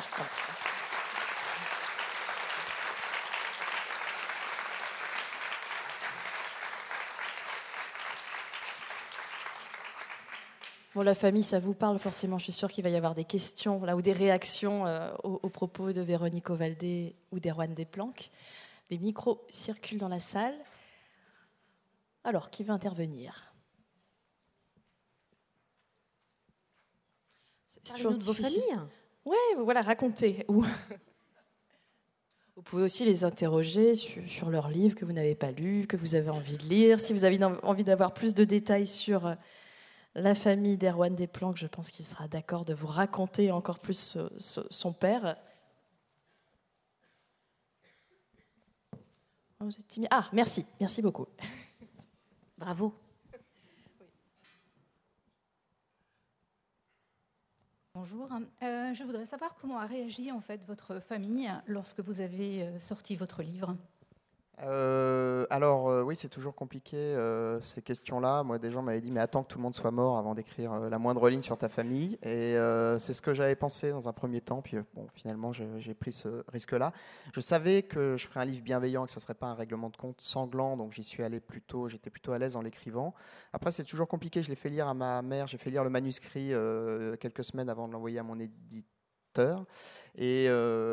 Bon, la famille, ça vous parle forcément. Je suis sûre qu'il va y avoir des questions là, ou des réactions aux propos de Véronique Ovaldé ou d'Erwan Desplanques. Des micros circulent dans la salle. Alors, qui veut intervenir ? C'est toujours de vos familles. Oui, voilà, racontez. Vous pouvez aussi les interroger sur leurs livres que vous n'avez pas lus, que vous avez envie de lire. Si vous avez envie d'avoir plus de détails sur la famille d'Erwan Desplanques, je pense qu'il sera d'accord de vous raconter encore plus son père. Vous êtes timide. Ah, merci beaucoup. Bravo. Bonjour. Je voudrais savoir comment a réagi en fait votre famille lorsque vous avez sorti votre livre. Oui, c'est toujours compliqué ces questions-là. Moi, des gens m'avaient dit mais attends que tout le monde soit mort avant d'écrire la moindre ligne sur ta famille. Et c'est ce que j'avais pensé dans un premier temps. Puis finalement, j'ai pris ce risque-là. Je savais que je ferais un livre bienveillant, que ce ne serait pas un règlement de compte sanglant. Donc j'étais plutôt à l'aise en l'écrivant. Après, c'est toujours compliqué. Je l'ai fait lire à ma mère. J'ai fait lire le manuscrit quelques semaines avant de l'envoyer à mon éditeur. auteur. Et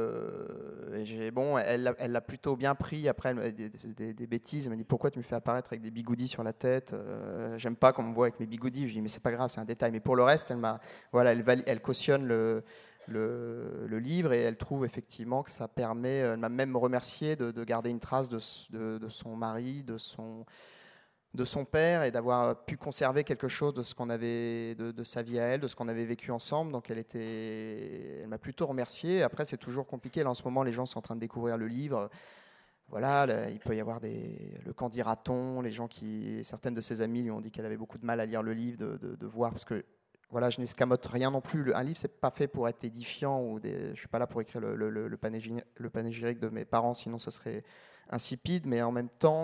elle l'a plutôt bien pris. Après, elle m'a dit des bêtises. Elle m'a dit, pourquoi tu me fais apparaître avec des bigoudis sur la tête? J'aime pas qu'on me voit avec mes bigoudis. Je lui dis, mais c'est pas grave, c'est un détail. Mais pour le reste, elle cautionne le livre, et elle trouve effectivement que ça permet, elle m'a même remercié de garder une trace de son mari, de son père, et d'avoir pu conserver quelque chose de ce qu'on avait, de sa vie à elle, de ce qu'on avait vécu ensemble. Donc elle m'a plutôt remercié. Après, c'est toujours compliqué. Là, en ce moment, les gens sont en train de découvrir le livre. Voilà, là, il peut y avoir le qu'en dira-t-on, certaines de ses amies lui ont dit qu'elle avait beaucoup de mal à lire le livre, de voir, parce que voilà, je n'escamote rien non plus. Un livre, c'est pas fait pour être édifiant, je suis pas là pour écrire le panégyrique de mes parents, sinon ce serait insipide. Mais en même temps,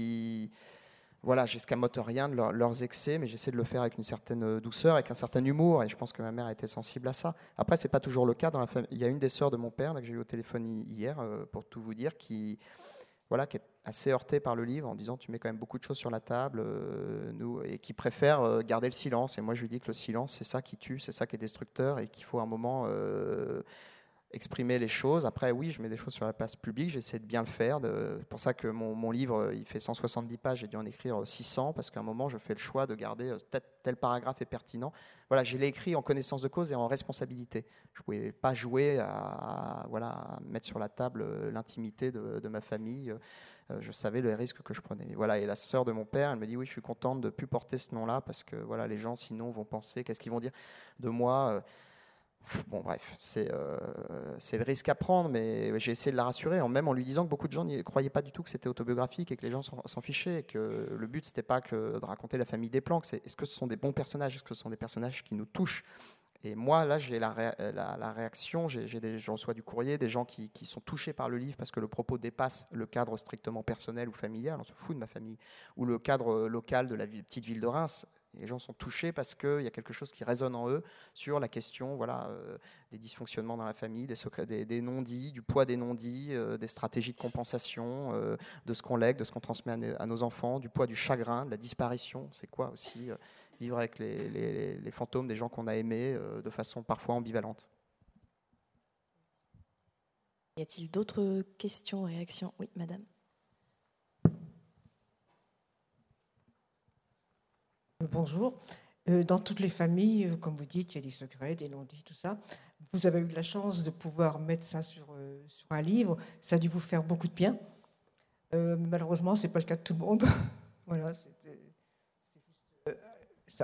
voilà, j'escamote rien de leurs excès, mais j'essaie de le faire avec une certaine douceur, avec un certain humour, et je pense que ma mère a été sensible à ça. Après, c'est pas toujours le cas dans la famille. Il y a une des sœurs de mon père, là, que j'ai eu au téléphone hier, pour tout vous dire, qui est assez heurtée par le livre, en disant, tu mets quand même beaucoup de choses sur la table, et qui préfère garder le silence. Et moi, je lui dis que le silence, c'est ça qui tue, c'est ça qui est destructeur, et qu'il faut à un moment exprimer les choses. Après, oui, je mets des choses sur la place publique, j'essaie de bien le faire. C'est pour ça que mon livre, il fait 170 pages, j'ai dû en écrire 600, parce qu'à un moment, je fais le choix de garder tel paragraphe est pertinent. Voilà, je l'ai écrit en connaissance de cause et en responsabilité. Je ne pouvais pas jouer à mettre sur la table l'intimité de ma famille. Je savais les risques que je prenais. Voilà, et la sœur de mon père, elle me dit, oui, je suis contente de ne plus porter ce nom-là, parce que voilà, les gens, sinon, vont penser, qu'est-ce qu'ils vont dire de moi? Bon, bref, c'est le risque à prendre, mais j'ai essayé de la rassurer, même en lui disant que beaucoup de gens n'y croyaient pas du tout que c'était autobiographique et que les gens s'en fichaient, et que le but, c'était pas que de raconter la famille des Planck. Est-ce que ce sont des bons personnages? Est-ce que ce sont des personnages qui nous touchent? Et moi, là, j'ai la réaction, je reçois du courrier, des gens qui sont touchés par le livre parce que le propos dépasse le cadre strictement personnel ou familial, on se fout de ma famille, ou le cadre local de la petite ville de Reims. Les gens sont touchés parce qu'il y a quelque chose qui résonne en eux sur la question des dysfonctionnements dans la famille, des secrets, des non-dits, du poids des non-dits, des stratégies de compensation, de ce qu'on lègue, de ce qu'on transmet à nos enfants, du poids du chagrin, de la disparition. C'est quoi aussi vivre avec les fantômes des gens qu'on a aimés de façon parfois ambivalente. Y a-t-il d'autres questions, réactions? Oui, madame. Bonjour. Dans toutes les familles, comme vous dites, il y a des secrets, des non-dits, tout ça. Vous avez eu la chance de pouvoir mettre ça sur un livre. Ça a dû vous faire beaucoup de bien. Malheureusement, ce n'est pas le cas de tout le monde. Voilà, c'est juste ça.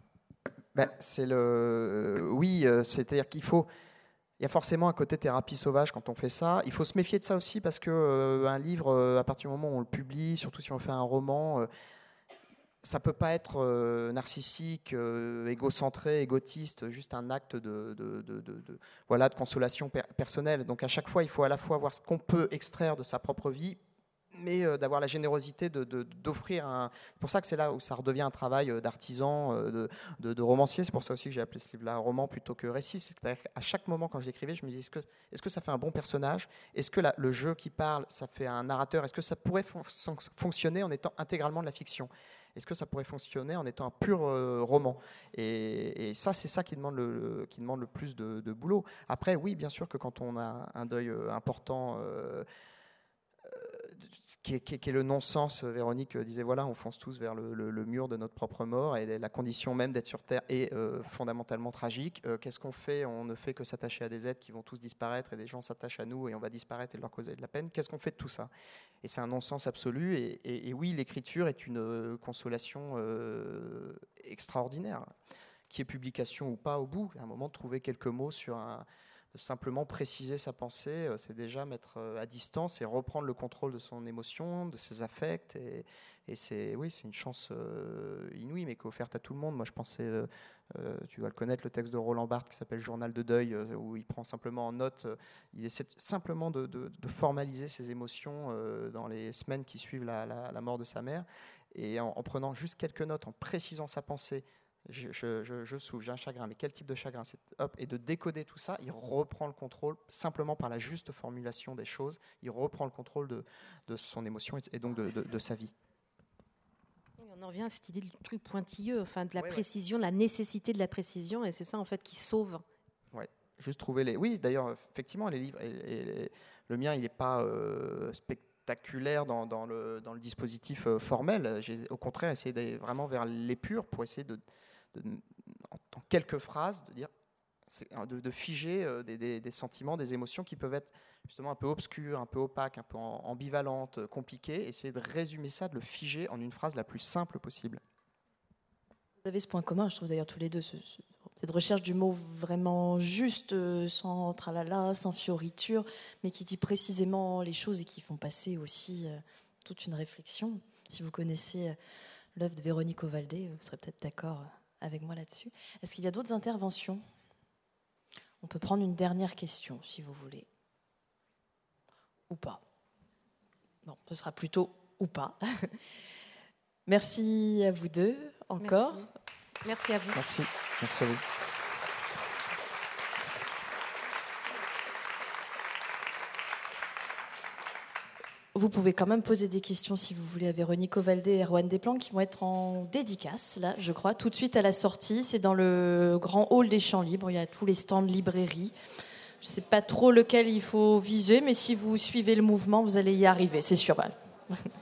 Oui, c'est-à-dire qu'il faut... Il y a forcément un côté thérapie sauvage quand on fait ça. Il faut se méfier de ça aussi, parce qu'un livre, à partir du moment où on le publie, surtout si on fait un roman... ça ne peut pas être narcissique, égocentré, égotiste, juste un acte de consolation personnelle. Donc à chaque fois, il faut à la fois voir ce qu'on peut extraire de sa propre vie, mais d'avoir la générosité d'offrir un... C'est pour ça que c'est là où ça redevient un travail d'artisan, de romancier. C'est pour ça aussi que j'ai appelé ce livre-là roman plutôt que récit. C'est-à-dire qu'à chaque moment, quand je l'écrivais, je me disais, est-ce que ça fait un bon personnage? Est-ce que le jeu qui parle, ça fait un narrateur? Est-ce que ça pourrait fonctionner en étant intégralement de la fiction? Est-ce que ça pourrait fonctionner en étant un pur roman? Et ça, c'est ça qui demande le plus de boulot. Après, oui, bien sûr que quand on a un deuil important... qui est le non-sens. Véronique disait, voilà, on fonce tous vers le mur de notre propre mort, et la condition même d'être sur Terre est fondamentalement tragique. Qu'est-ce qu'on fait? On ne fait que s'attacher à des êtres qui vont tous disparaître, et des gens s'attachent à nous et on va disparaître et leur causer de la peine. Qu'est-ce qu'on fait de tout ça? Et c'est un non-sens absolu. Et oui, l'écriture est une consolation extraordinaire, qui est publication ou pas au bout. À un moment, trouver quelques mots sur de simplement préciser sa pensée, c'est déjà mettre à distance et reprendre le contrôle de son émotion, de ses affects. Et c'est une chance inouïe, mais qui est offerte à tout le monde. Moi, je pensais, tu dois le connaître, le texte de Roland Barthes qui s'appelle Journal de deuil, où il prend simplement en note, il essaie simplement de formaliser ses émotions dans les semaines qui suivent la mort de sa mère. Et en prenant juste quelques notes, en précisant sa pensée, je souffre, j'ai un chagrin, mais quel type de chagrin? Et de décoder tout ça, il reprend le contrôle simplement par la juste formulation des choses. Il reprend le contrôle de son émotion et donc de sa vie. On en revient à cette idée du truc pointilleux, de la précision, de la nécessité de la précision, et c'est ça en fait qui sauve. Ouais. juste trouver les... Oui, d'ailleurs, effectivement, les livres... Le mien, il n'est pas spectaculaire dans le dispositif formel. J'ai au contraire essayé d'aller vraiment vers l'épure pour essayer en quelques phrases, de dire... de figer des sentiments, des émotions qui peuvent être justement un peu obscures, un peu opaques, un peu ambivalentes, compliquées, essayer de résumer ça, de le figer en une phrase la plus simple possible. Vous avez ce point commun, je trouve d'ailleurs tous les deux, cette recherche du mot vraiment juste, sans tralala, sans fioriture, mais qui dit précisément les choses et qui font passer aussi toute une réflexion. Si vous connaissez l'œuvre de Véronique Ovaldé, vous serez peut-être d'accord avec moi là-dessus. Est-ce qu'il y a d'autres interventions ? On peut prendre une dernière question, si vous voulez. Ou pas. Bon, ce sera plutôt ou pas. Merci à vous deux, encore. Merci à vous. Merci à vous. Vous pouvez quand même poser des questions, si vous voulez, à Véronique Ovaldé et Erwan Desplanques, qui vont être en dédicace, là, je crois, tout de suite à la sortie. C'est dans le grand hall des Champs Libres. Il y a tous les stands de librairie. Je ne sais pas trop lequel il faut viser, mais si vous suivez le mouvement, vous allez y arriver, c'est sûr.